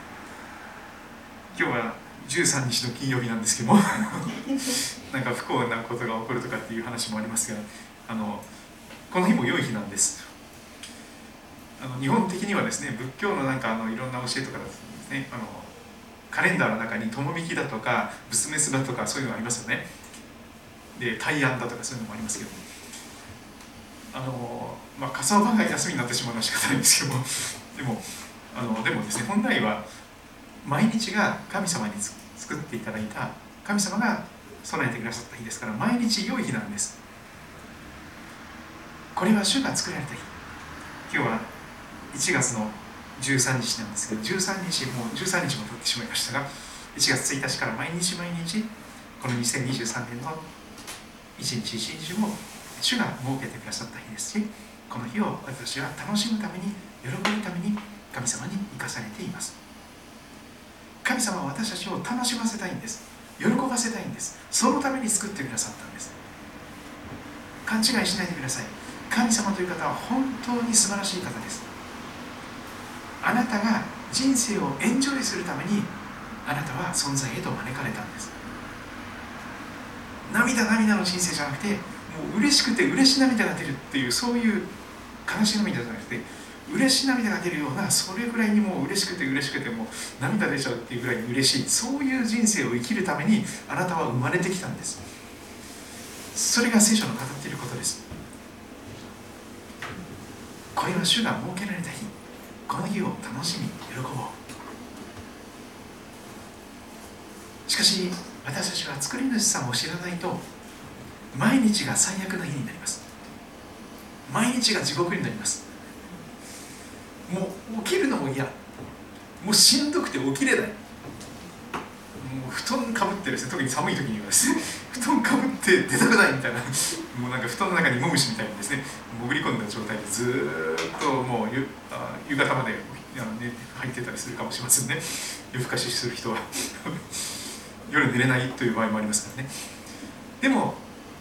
今日はじゅうさんにちの金曜日なんですけどもなんか不幸なことが起こるとかっていう話もありますが、あのこの日も良い日なんです。あの日本的にはですね、仏教のなんかあのいろんな教えとかですね、あのカレンダーの中に友引きだとか仏滅だとかそういうのがありますよね。で大安だとかそういうのもありますけど、あのまあ火葬場が休みになってしまうのは仕方ないんですけどもでもあのでもですね、本来は毎日が神様に作っていただいた、神様が備えてくださった日ですから、毎日良い日なんです。これは主が作られた日。今日はいちがつのじゅうさんにちなんですけど、じゅうさんにちもうじゅうさんにちも経ってしまいましたが、いちがつついたちから毎日毎日このにせんにじゅうさんねんの一日一日も主が設けてくださった日ですし、この日を私は楽しむために、喜ぶために神様に生かされています。神様は私たちを楽しませたいんです。喜ばせたいんです。そのために作ってくださったんです。勘違いしないでください。神様という方は本当に素晴らしい方です。あなたが人生をエンジョイするために、あなたは存在へと招かれたんです。涙涙の人生じゃなくて、もう嬉しくて嬉し涙が出るっていう、そういう悲しい涙じゃなくて、嬉し涙が出るような、それぐらいにもう嬉しくて嬉しくてもう涙出ちゃうっていうぐらいに嬉しい、そういう人生を生きるためにあなたは生まれてきたんです。それが聖書の語っていることです。これは主が設けられた日、この日を楽しみ喜ぼう。しかし私たちは作り主さんを知らないと、毎日が最悪な日になります。毎日が地獄になります。もう起きるのも嫌、もうしんどくて起きれない、もう布団かぶってですね、特に寒い時にはですね布団かぶって出たくないみたいな、もうなんか布団の中にモムシみたいにですね潜り込んだ状態でずーっともうゆあ夕方まで、あの、ね、入ってたりするかもしれませんね。夜更かしする人は夜寝れないという場合もありますからね。でも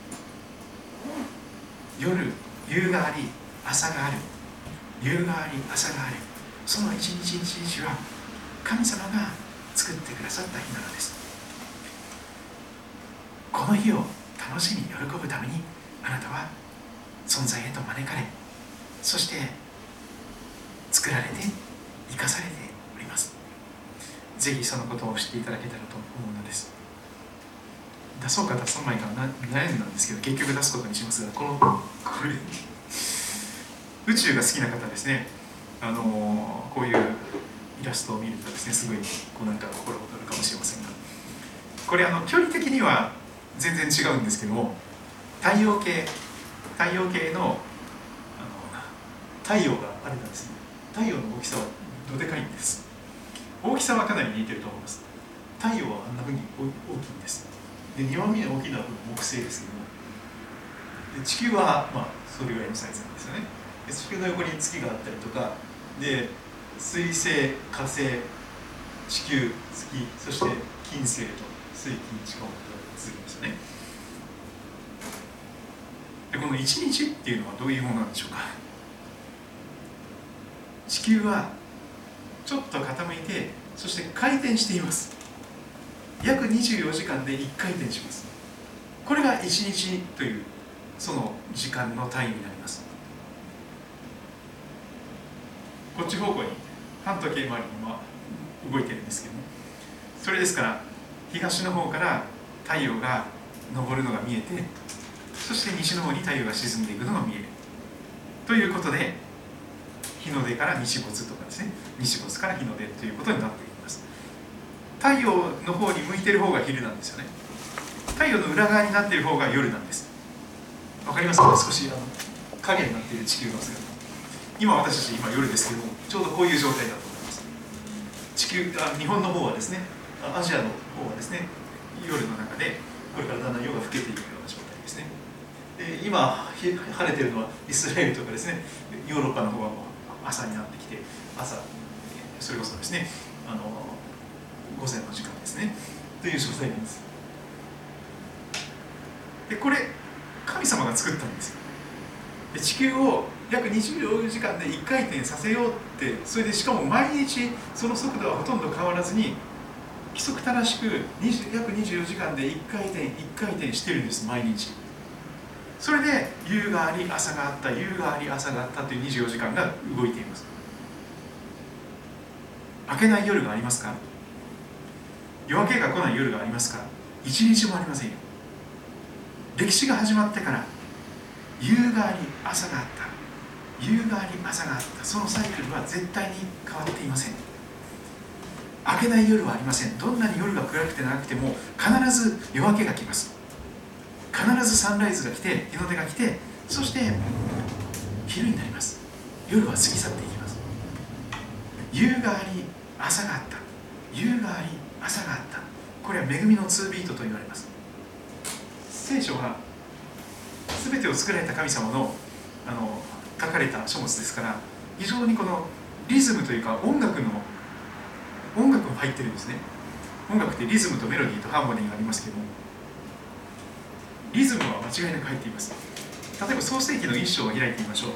夜、夕があり朝がある、夕があり朝がある、その一日一日は神様が作ってくださった日なのです。この日を楽しみ喜ぶために、あなたは存在へと招かれ、そして作られて生かされております。ぜひそのことを知っていただけたらと思うのです。出そうか出さないか悩んだんですけど、結局出すことにしますが、このこれ宇宙が好きな方ですね、あのー、こういうイラストを見るとですね、すごいこうなんか心躍るかもしれませんが、これあの距離的には全然違うんですけども、太陽系太陽系の、あの太陽があれなんですね。太陽の大きさはどでかいんです。大きさはかなり似てると思います。太陽はあんなふうに大きいんです。でにばんめに大きいのは木星ですけども、で地球はまあそれぐらいのサイズなんですよね。で地球の横に月があったりとかで、水星、火星、地球、月、そして金星と水金地火木と続きますよね。でこの一日っていうのはどういうものなんでしょうか。地球はちょっと傾いて、そして回転しています。約にじゅうよじかんでいっかい転します。 これがいちにちというその時間の単位になります。こっち方向に反時計回りに動いてるんですけども、それですから東の方から太陽が昇るのが見えて、そして西の方に太陽が沈んでいくのが見えるということで、日の出から日没とかですね、日没から日の出ということになっています。太陽の方に向いている方が昼なんですよね。太陽の裏側になっている方が夜なんです。わかりますか？少しあの影になっている地球の姿。今私たち今夜ですけども、ちょうどこういう状態だと思います。地球あ日本の方はですね、アジアの方はですね、夜の中でこれからだんだん夜が更けていくような状態ですね。で今晴れているのはイスラエルとかですね、ヨーロッパの方はもう朝になってきて、朝それこそですね、あの午前の時間ですねという状態なんです。でこれ神様が作ったんですよ。で地球を約にじゅうよじかんでいっかい転させようって、それでしかも毎日その速度はほとんど変わらずに規則正しく約にじゅうよじかんでいっかい転いっかい転してるんです、毎日。それで夕があり朝があった、夕があり朝があったというにじゅうよじかんが動いています。明けない夜がありますか？夜明けが来ない夜がありますか？一日もありませんよ。歴史が始まってから夕があり朝があった、夕があり朝があった、そのサイクルは絶対に変わっていません。明けない夜はありません。どんなに夜が暗くて長くても必ず夜明けが来ます。必ずサンライズが来て、日の出が来て、そして昼になります。夜は過ぎ去っていきます。夕があり朝があった、夕があり朝があった、これは恵みのツービートと言われます。聖書は全てを作られた神様の、あの書かれた書物ですから、非常にこのリズムというか音楽の音楽も入ってるんですね。音楽ってリズムとメロディーとハーモニーがありますけども、リズムは間違いなく入っています。例えば創世記の一章を開いてみましょう。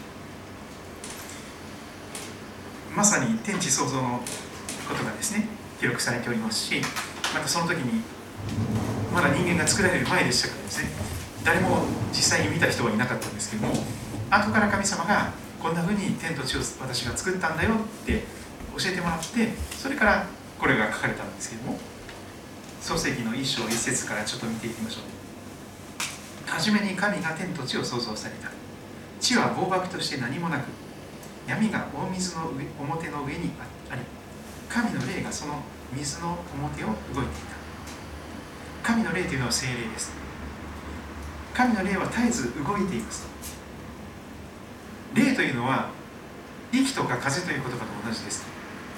まさに天地創造のことがですね記録されておりますし、またその時にまだ人間が作られる前でしたからですね、誰も実際に見た人はいなかったんですけども、後から神様がこんなふうに天と地を私が作ったんだよって教えてもらって、それからこれが書かれたんですけども、創世記の一章一節からちょっと見ていきましょう。はじめに神が天と地を創造された。地は暴漠として何もなく、闇が大水の上表の上にあり、神の霊がその水の表を動いていた。神の霊というのは聖霊です。神の霊は絶えず動いています。霊というのは息とか風という言葉と同じです。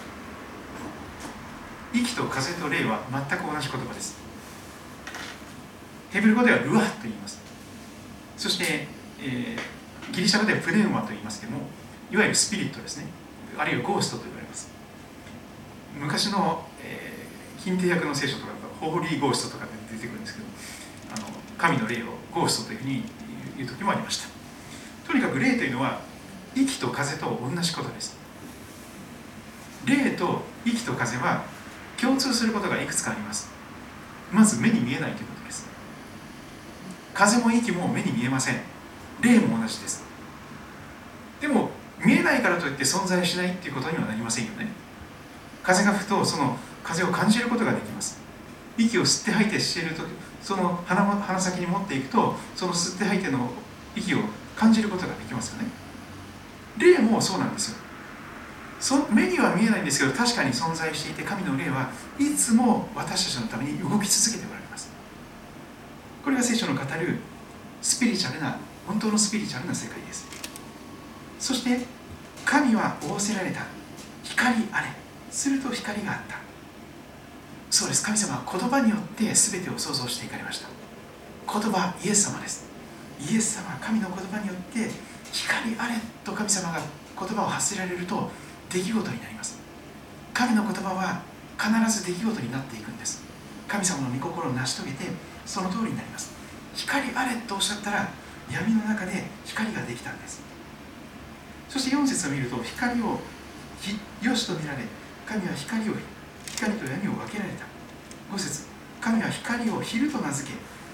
息と風と霊は全く同じ言葉です。ヘブル語ではルアと言います。そして、えー、ギリシャ語ではプネウマと言いますけども、いわゆるスピリットですね、あるいはゴーストと言われます。昔の、えー、近帝訳の聖書とかだとホーリーゴーストとかで出てくるんですけど、あの神の霊をゴーストというふうに言う時もありました。とにかく霊というのは息と風と同じことです。霊と息と風は共通することがいくつかあります。まず目に見えないということです。風も息も目に見えません。霊も同じです。でも見えないからといって存在しないということにはなりませんよね。風が吹くとその風を感じることができます。息を吸って吐いてしていると、その 鼻, 鼻先に持っていくと、その吸って吐いての息を感じることができますよね。霊もそうなんですよ。そ目には見えないんですけど、確かに存在していて、神の霊はいつも私たちのために動き続けておられます。これが聖書の語るスピリチュアルな、本当のスピリチュアルな世界です。そして神は仰せられた。光あれ、すると光があった。そうです。神様は言葉によって全てを創造していかれました。言葉、イエス様です。イエス様は神の言葉によって光あれと神様が言葉を発せられると出来事になります。神の言葉は必ず出来事になっていくんです。神様の御心を成し遂げてその通りになります。光あれとおっしゃったら闇の中で光ができたんです。そしてよん節を見ると、光をよしと見られ、神は光を光と闇を分けられた。ご節、神は光を昼と名付け、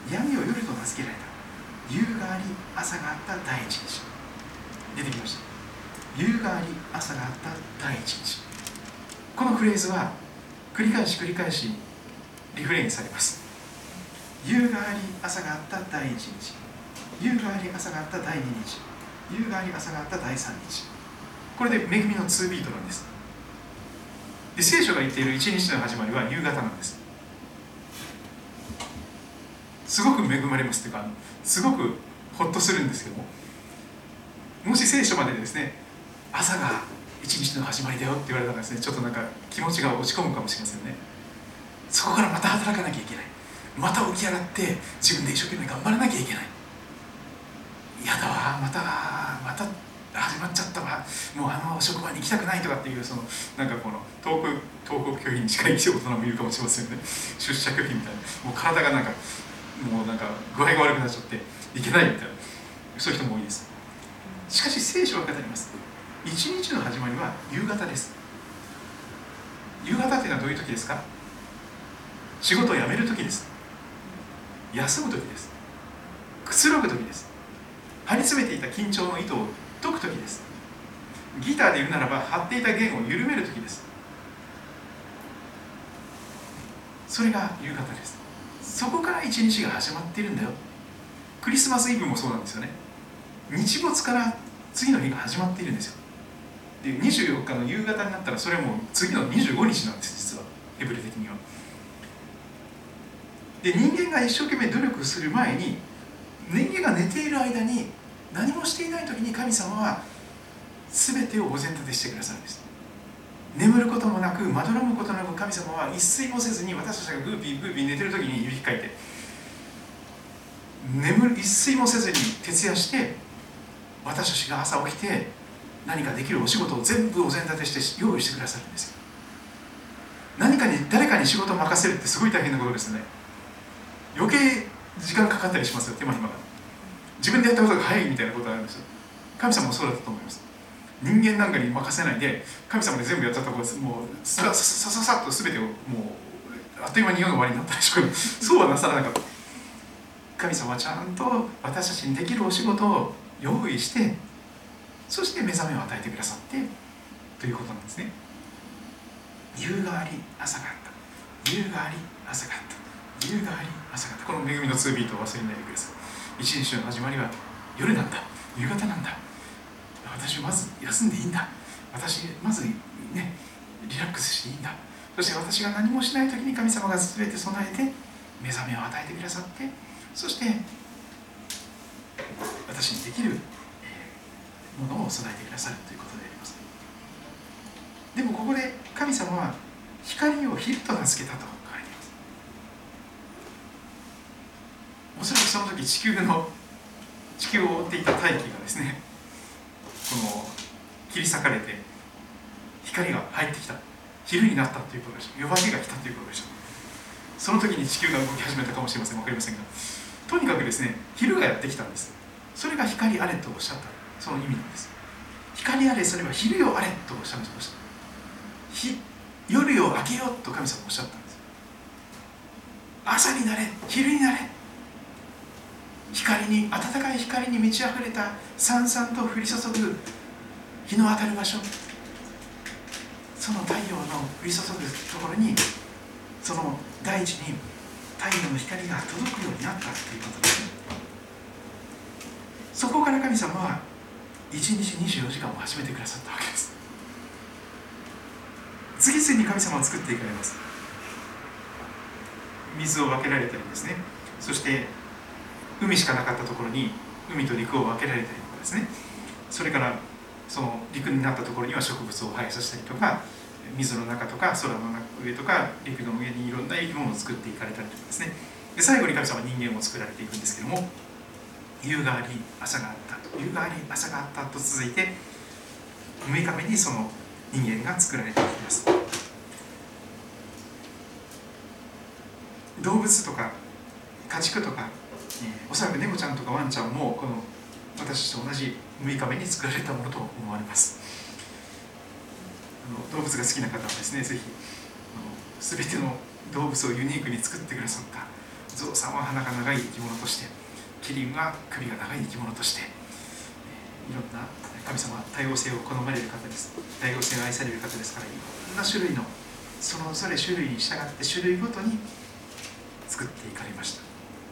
闇を夜と名付けられた。夕があり朝があった第一日。出てきました。夕があり朝があった第一日。このフレーズは繰り返し繰り返しリフレインされます。夕があり朝があった第一日、夕があり朝があった第二日、夕があり朝があった第三日。これで恵みのツービートなんです。で、聖書が言っている一日の始まりは夕方なんです。すごく恵まれますというか、すごくほっとするんですけども、もし聖書までですね、朝が一日の始まりだよって言われたらですね、ちょっとなんか気持ちが落ち込むかもしれませんね。そこからまた働かなきゃいけない、また起き上がって自分で一生懸命頑張らなきゃいけない、やだわ、またまた始まっちゃったわ、もうあの職場に行きたくないとかっていう、そのなんかこの東北東北拒否に近い大人もいるかもしれませんよね。出社拒否みたいな、もう体がなんかもうなんか具合が悪くなっちゃっていけないみたいな、そういう人も多いです。しかし聖書は語ります。一日の始まりは夕方です。夕方っていうのはどういう時ですか？仕事を辞める時です。休む時です。くつろぐ時です。張り詰めていた緊張の糸を解く時です。ギターで言うならば張っていた弦を緩める時です。それが夕方です。そこから一日が始まっているんだよ。クリスマスイブもそうなんですよね。日没から次の日が始まっているんですよ。で、にじゅうよっかの夕方になったらそれはもう次のにじゅうごにちなんです、実はヘブル的には。で、人間が一生懸命努力する前に、人間が寝ている間に何もしていない時に神様は全てをお膳立てしてくださるんです。眠ることもなくまどろむことなく、神様は一睡もせずに私たちがグーピーグーピー寝てる時にいびきかいて、眠る一睡もせずに徹夜して、私たちが朝起きて何かできるお仕事を全部お膳立てして用意してくださるんですよ。何かに誰かに仕事を任せるってすごい大変なことですね。余計時間かかったりしますよ、手間暇が。自分でやったことが早いみたいなことがあるんですよ。神様もそうだったと思います。人間なんかに任せないで神様で全部やっちゃったことです。もうさささささっと全てをもうあっという間に世の終わりになったでしょうけど、そうはなさらなかった。神様はちゃんと私たちにできるお仕事を用意して、そして目覚めを与えてくださってということなんですね。夕があり朝があった、夕があり朝があった、夕があり朝があった。この恵みのツービートを忘れないでください。一日の始まりは夜なんだ、夕方なんだ、私はまず休んでいいんだ、私まずねリラックスしていいんだ、そして私が何もしない時に神様が全て備えて目覚めを与えてくださって、そして私にできるものを備えてくださるということであります。でもここで神様は光を昼と名付けたと書かれています。おそらくその時地球の地球を覆っていた大気がですね、この切り裂かれて光が入ってきた、昼になったということでしょう。夜明けが来たということでしょう。その時に地球が動き始めたかもしれません。分かりませんが、とにかくですね、昼がやってきたんです。それが光あれとおっしゃった、その意味なんです。光あれ、それは昼よあれとおっしゃいました。夜よ明けよと神様おっしゃったんです。朝になれ、昼になれ、光に、暖かい光に満ち溢れたさんさんと降り注ぐ日の当たる場所、その太陽の降り注ぐところに、その大地に太陽の光が届くようになったということですね。そこから神様はいちにちにじゅうよじかんを始めてくださったわけです。次々に神様を作っていかれます。水を分けられたりですね、そして海しかなかったところに海と陸を分けられたりとかですね、それからその陸になったところには植物を生えさせたりとか、水の中とか空の上とか陸の上にいろんな生き物を作っていかれたりとかですね。で、最後に神様は人間を作られていくんですけども、夕があり朝があった、夕があり朝があったと続いてむいかめにその人間が作られていきます。動物とか家畜とか、えー、おそらく猫ちゃんとかワンちゃんもこの私たちと同じむいかめに作られたものと思われます。あの動物が好きな方はですね、ぜひ全ての動物をユニークに作ってくださったゾウさんは鼻が長い生き物として、キリンは首が長い生き物として、いろんな神様は多様性を好まれる方です。多様性が愛される方ですから、いろんな種類のそのそれ種類に従って種類ごとに作っていかれました。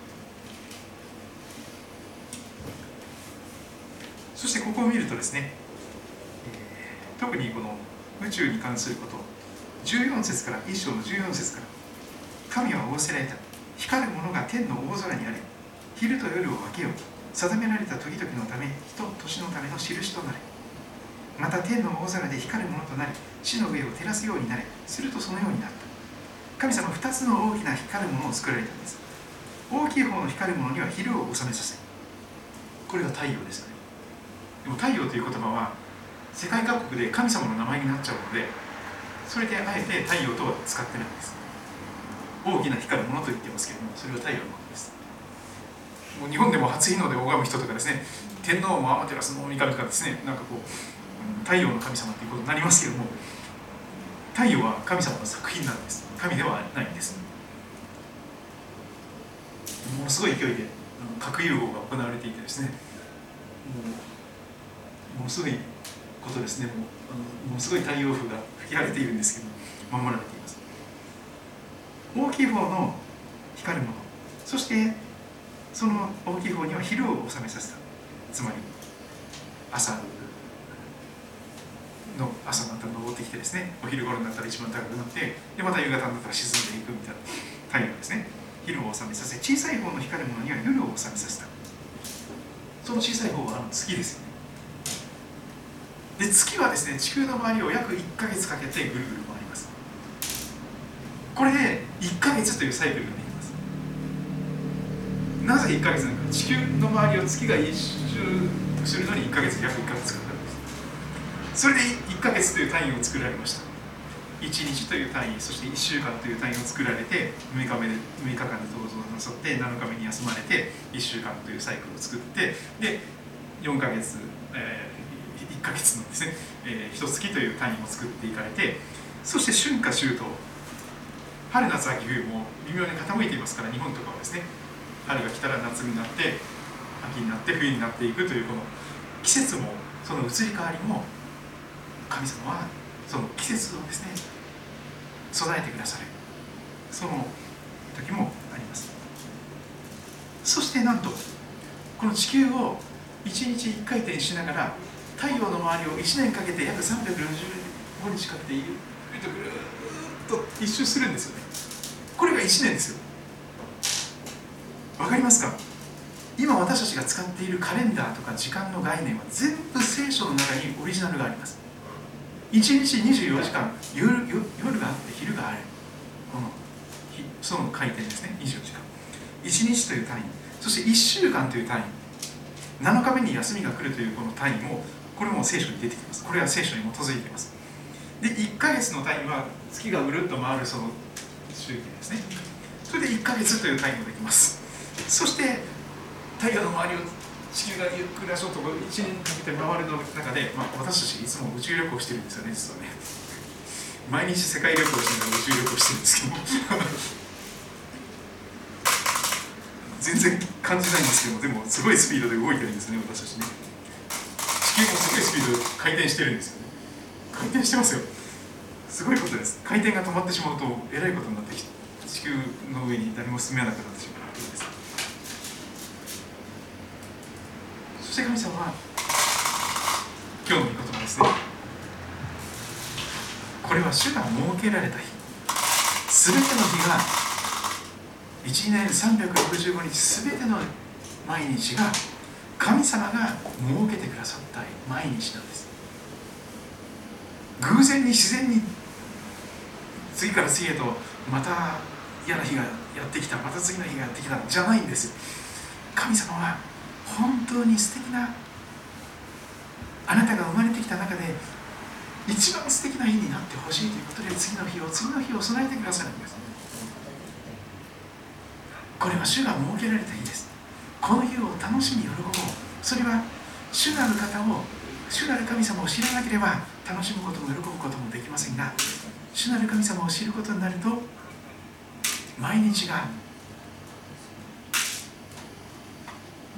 そしてここを見るとですね、えー、特にこの宇宙に関すること、じゅうよん節からいっ章のじゅうよん節から、神は仰せられた。光るものが天の大空にあれ。昼と夜を分けよう。定められた時々のため、人、年のための印となれ。また天の大空で光るものとなり、地の上を照らすようになれ。するとそのようになった。神様はふたつの大きな光るものを作られたんです。大きい方の光るものには昼を収めさせ、これは太陽ですよね。でも太陽という言葉は世界各国で神様の名前になっちゃうので、それであえて太陽とは使ってないんです。大きな光るものと言ってますけれども、それは太陽のことです。もう日本でも初日の出を拝む人とかですね、天皇も天照の御神とかですね、なんかこう太陽の神様ということになりますけれども、太陽は神様の作品なんです。神ではないんです。ものすごい勢いで核融合が行われていてですね、もうものすごいことですね。もうあのものすごい太陽風が吹き荒れているんですけど、守られています。大きい方の光るもの、そしてその大きい方には昼を収めさせた。つまり朝の朝になったら昇ってきてですね、お昼頃になったら一番高くなって、でまた夕方になったら沈んでいくみたいな太陽ですね。昼を収めさせ、小さい方の光るものには夜を収めさせた。その小さい方はあの月ですよね。で月はですね、地球の周りを約いっかげつかけてぐるぐる回ります。これでいっかげつというサイクルができます。なぜいっかげつなのか。地球の周りを月が一周するのにいっかげつ、約いっかげつかかるんです。それでいっかげつという単位を作られました。いちにちという単位、そしていっしゅうかんという単位を作られて、むいかめでむいかかんで銅像をなさって、なのかめに休まれていっしゅうかんというサイクルを作って、でよんかげつ、えー、いっかげつのですね、えー、いっかげつという単位を作っていかれて、そして春夏秋冬、春夏秋冬も微妙に傾いていますから、日本とかはですね、春が来たら夏になって秋になって冬になっていくという、この季節もその移り変わりも神様はその季節をですね備えてくださる、その時もあります。そしてなんとこの地球をいちにちいっかい転しながら太陽の周りをいちねんかけて約さんびゃくろくじゅうごにちかけてゆっくりとぐるーっと一周するんですよね。これがいちねんですよ。わかりますか？今私たちが使っているカレンダーとか時間の概念は全部聖書の中にオリジナルがあります。いちにちにじゅうよじかん、夜, 夜があって昼がある、このその回転ですね。にじゅうよじかん、いちにちという単位、そしていっしゅうかんという単位、なのかめに休みが来るというこの単位も、これも聖書に出てきます。これは聖書に基づいています。でいっかげつの単位は月がぐるっと回るその周期ですね。それでいっかげつという単位もできます。そして太陽の周りを地球がゆっくり足音がいちねんかけて回るの中で、まあ、私たちいつも宇宙旅行してるんですよね、実はね。毎日世界旅行しながら宇宙旅行してるんですけど全然感じないんですけども、でもすごいスピードで動いてるんですね、私たちね。地球もすごいスピードで回転してるんですよね。回転してますよ。すごいことです。回転が止まってしまうとえらいことになってきて、地球の上に誰も住めなくなってしまうということです。そして神様は今日の御言葉ですね。これは主が設けられた日、すべての日がいちねんさんびゃくろくじゅうごにち、すべての毎日が神様が設けてくださった毎日なんです。偶然に自然に次から次へとまた嫌な日がやってきた、また次の日がやってきたじゃないんですよ。神様は本当に素敵な、あなたが生まれてきた中で一番素敵な日になってほしいということで、次の日を次の日を備えてくださるんです。これは主が設けられた日です。この日を楽しみ喜ぼう。それは主なる方を、主なる神様を知らなければ楽しむことも喜ぶこともできませんが、主なる神様を知ることになると毎日が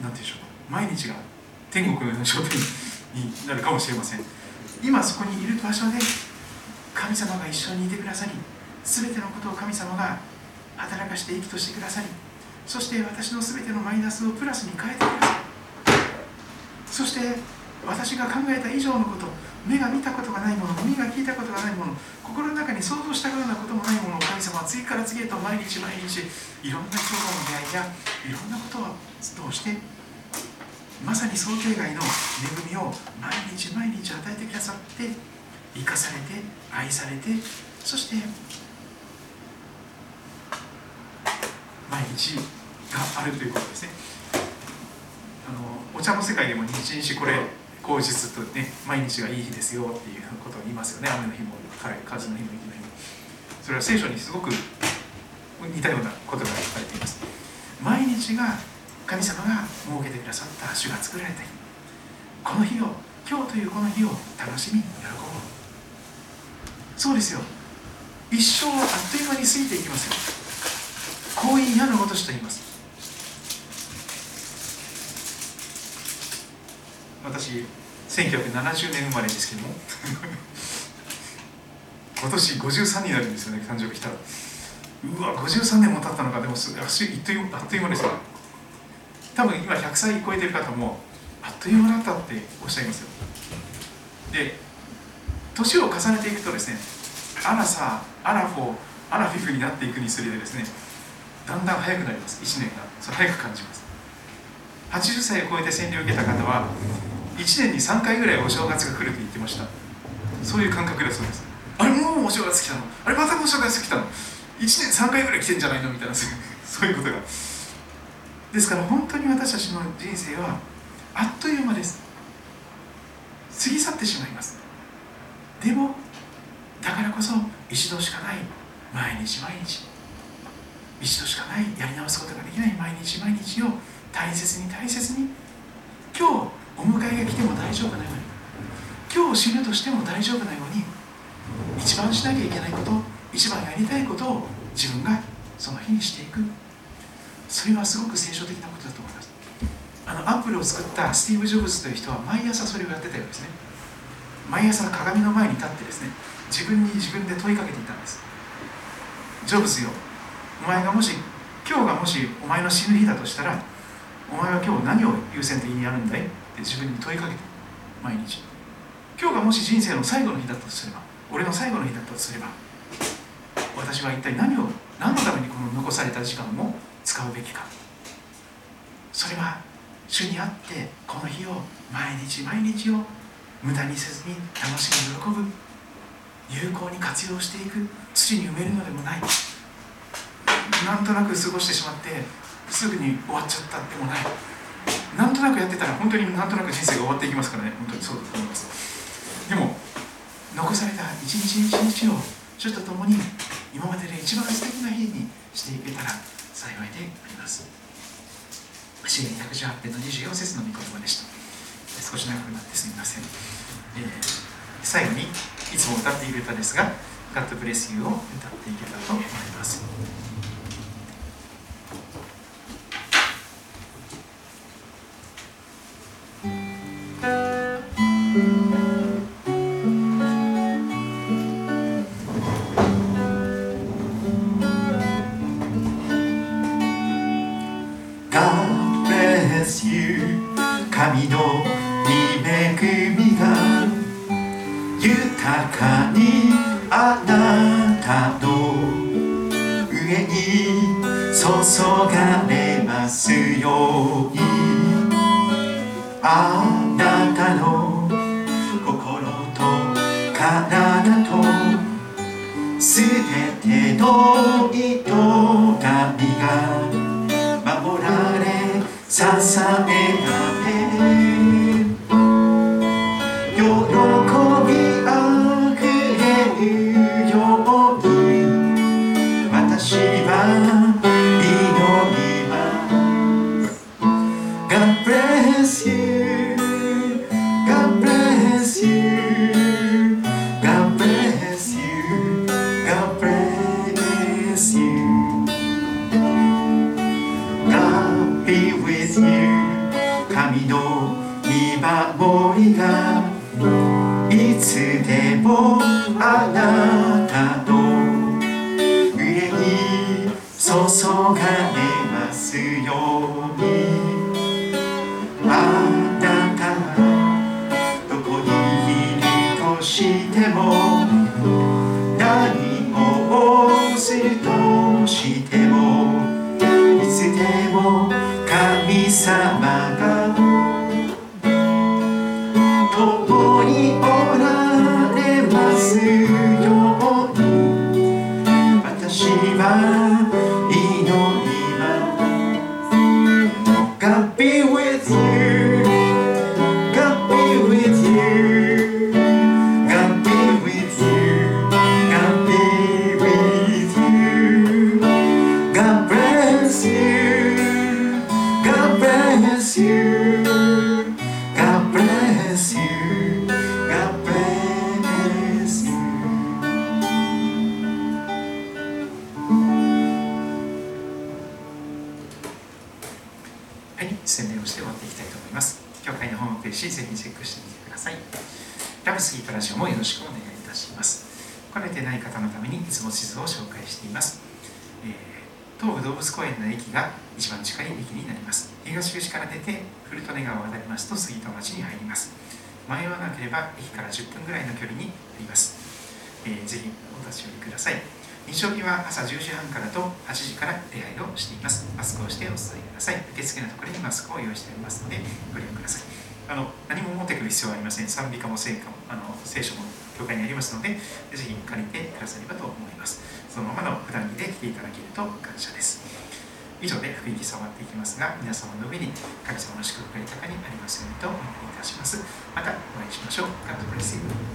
なんていうんでしょう、毎日が天国のような状態になるかもしれません。今そこにいる場所で神様が一緒にいてくださり、全てのことを神様が働かして益としてくださり、そして私の全てのマイナスをプラスに変えてください。そして私が考えた以上のこと、目が見たことがないもの、耳が聞いたことがないもの、心の中に想像したようなこともないものを神様は次から次へと毎日毎日いろんな人との出会いやいろんなことを通してまさに想定外の恵みを毎日毎日与えてくださって、生かされて愛されて、そして毎日があるということですね。あのお茶の世界でも日々これ口実とね、毎日がいい日ですよっていうことを言いますよね。雨の日も風の日も雪の日も。それは聖書にすごく似たようなことが書かれています。毎日が神様が設けてくださった主が作られた日、この日を、今日というこの日を楽しみ喜ぼう。そうですよ、一生あっという間に過ぎていきますよ。婚姻矢のごとしと言います。私せんきゅうひゃくななじゅうねん生まれですけども今年ごじゅうさんになるんですよね、誕生日来たら。うわ、ごじゅうさんねんも経ったのか。でもすあっという間ですよ。多分今ひゃくさい超えてる方もあっという間だったっておっしゃいますよ。で、年を重ねていくとですね、アラサー、アラフォー、アラフィフになっていくにつれてですね、だんだん早くなります。いちねんがそれ早く感じます。はちじゅっさいを超えて洗礼を受けた方はいちねんにさんかいぐらいお正月が来ると言ってました。そういう感覚だそうです。あれ、もうお正月来たの、あれまたお正月来たの、いちねんさんかいぐらい来てんじゃないのみたいな、そういうことが。ですから本当に私たちの人生はあっという間です。過ぎ去ってしまいます。でもだからこそ一度しかない毎日毎日、一度しかないやり直すことができない毎日毎日を大切に大切に、今日お迎えが来ても大丈夫なように、今日死ぬとしても大丈夫なように、一番しなきゃいけないこと、一番やりたいことを自分がその日にしていく。それはすごく聖書的なことだと思います。あのアップルを作ったスティーブ・ジョブズという人は毎朝それをやってたようですね。毎朝鏡の前に立ってですね、自分に自分で問いかけていたんです。ジョブズよ、お前がもし今日がもしお前の死ぬ日だとしたら、お前は今日何を優先的にやるんだいって自分に問いかけて、毎日今日がもし人生の最後の日だったとすれば、俺の最後の日だったとすれば、私は一体何を何のためにこの残された時間を使うべきか。それは主にあってこの日を毎日毎日を無駄にせずに楽しみ喜ぶ、有効に活用していく、土に埋めるのでもない、なんとなく過ごしてしまってすぐに終わっちゃったでもない、なんとなくやってたら本当になんとなく人生が終わっていきますからね。本当にそうだと思います。でも残された一日一日を主と共に今までで一番素敵な日にしていけたら幸いであります。詩編ひゃくじゅうはち編のにじゅうよん節の御言葉でした。少し長くなってすみません。えー、最後にいつも歌っている歌ですが、God Bless You を歌っていけたらと思います。 神の恵みが豊かにあなたの上に注がれますように、あなたの心と体とすべての営みが守られ支えられ喜びあふれるように私は祈ります。 God bless you God bless you God bless you God bless you God be with you 神の見守りがいつでもあなたの上に注がれますように。あなたがどこにいるとしても、何をするとしても、いつでも神様が共におられますように。私は祈ります。 God be with you, God be with you, God be with you, God be with you, God bless you, God bless you, God bless you, God bless you。 はい、宣伝をして終わっていきたいと思います。教会のホームページぜひチェックしてみてください。ラブスギートラジオもよろしくお願いいたします。来れてない方のためにいつも地図を紹介しています。えー、東武動物公園の駅が一番近い駅になります。東口から出て古利根川を渡りますと杉戸町に入ります。迷わなければ駅からじゅっぷんぐらいの距離にあります。えー、ぜひお立ち寄りください。日曜日は朝じゅうじはんからとはちじから礼拝をしています。マスクをしてお伝えください。受付のところにマスクを用意してありますのでご利用ください。あの何も持ってくる必要はありません。賛美歌も聖歌もあの聖書も教会にありますので、ぜひ借りてくださればと思います。そのままの普段着で来ていただけると感謝です。以上で福音終わっていきますが、皆様の上に神様の祝福が豊かにありますようにとお願いいたします。またお会いしましょう。God bless you。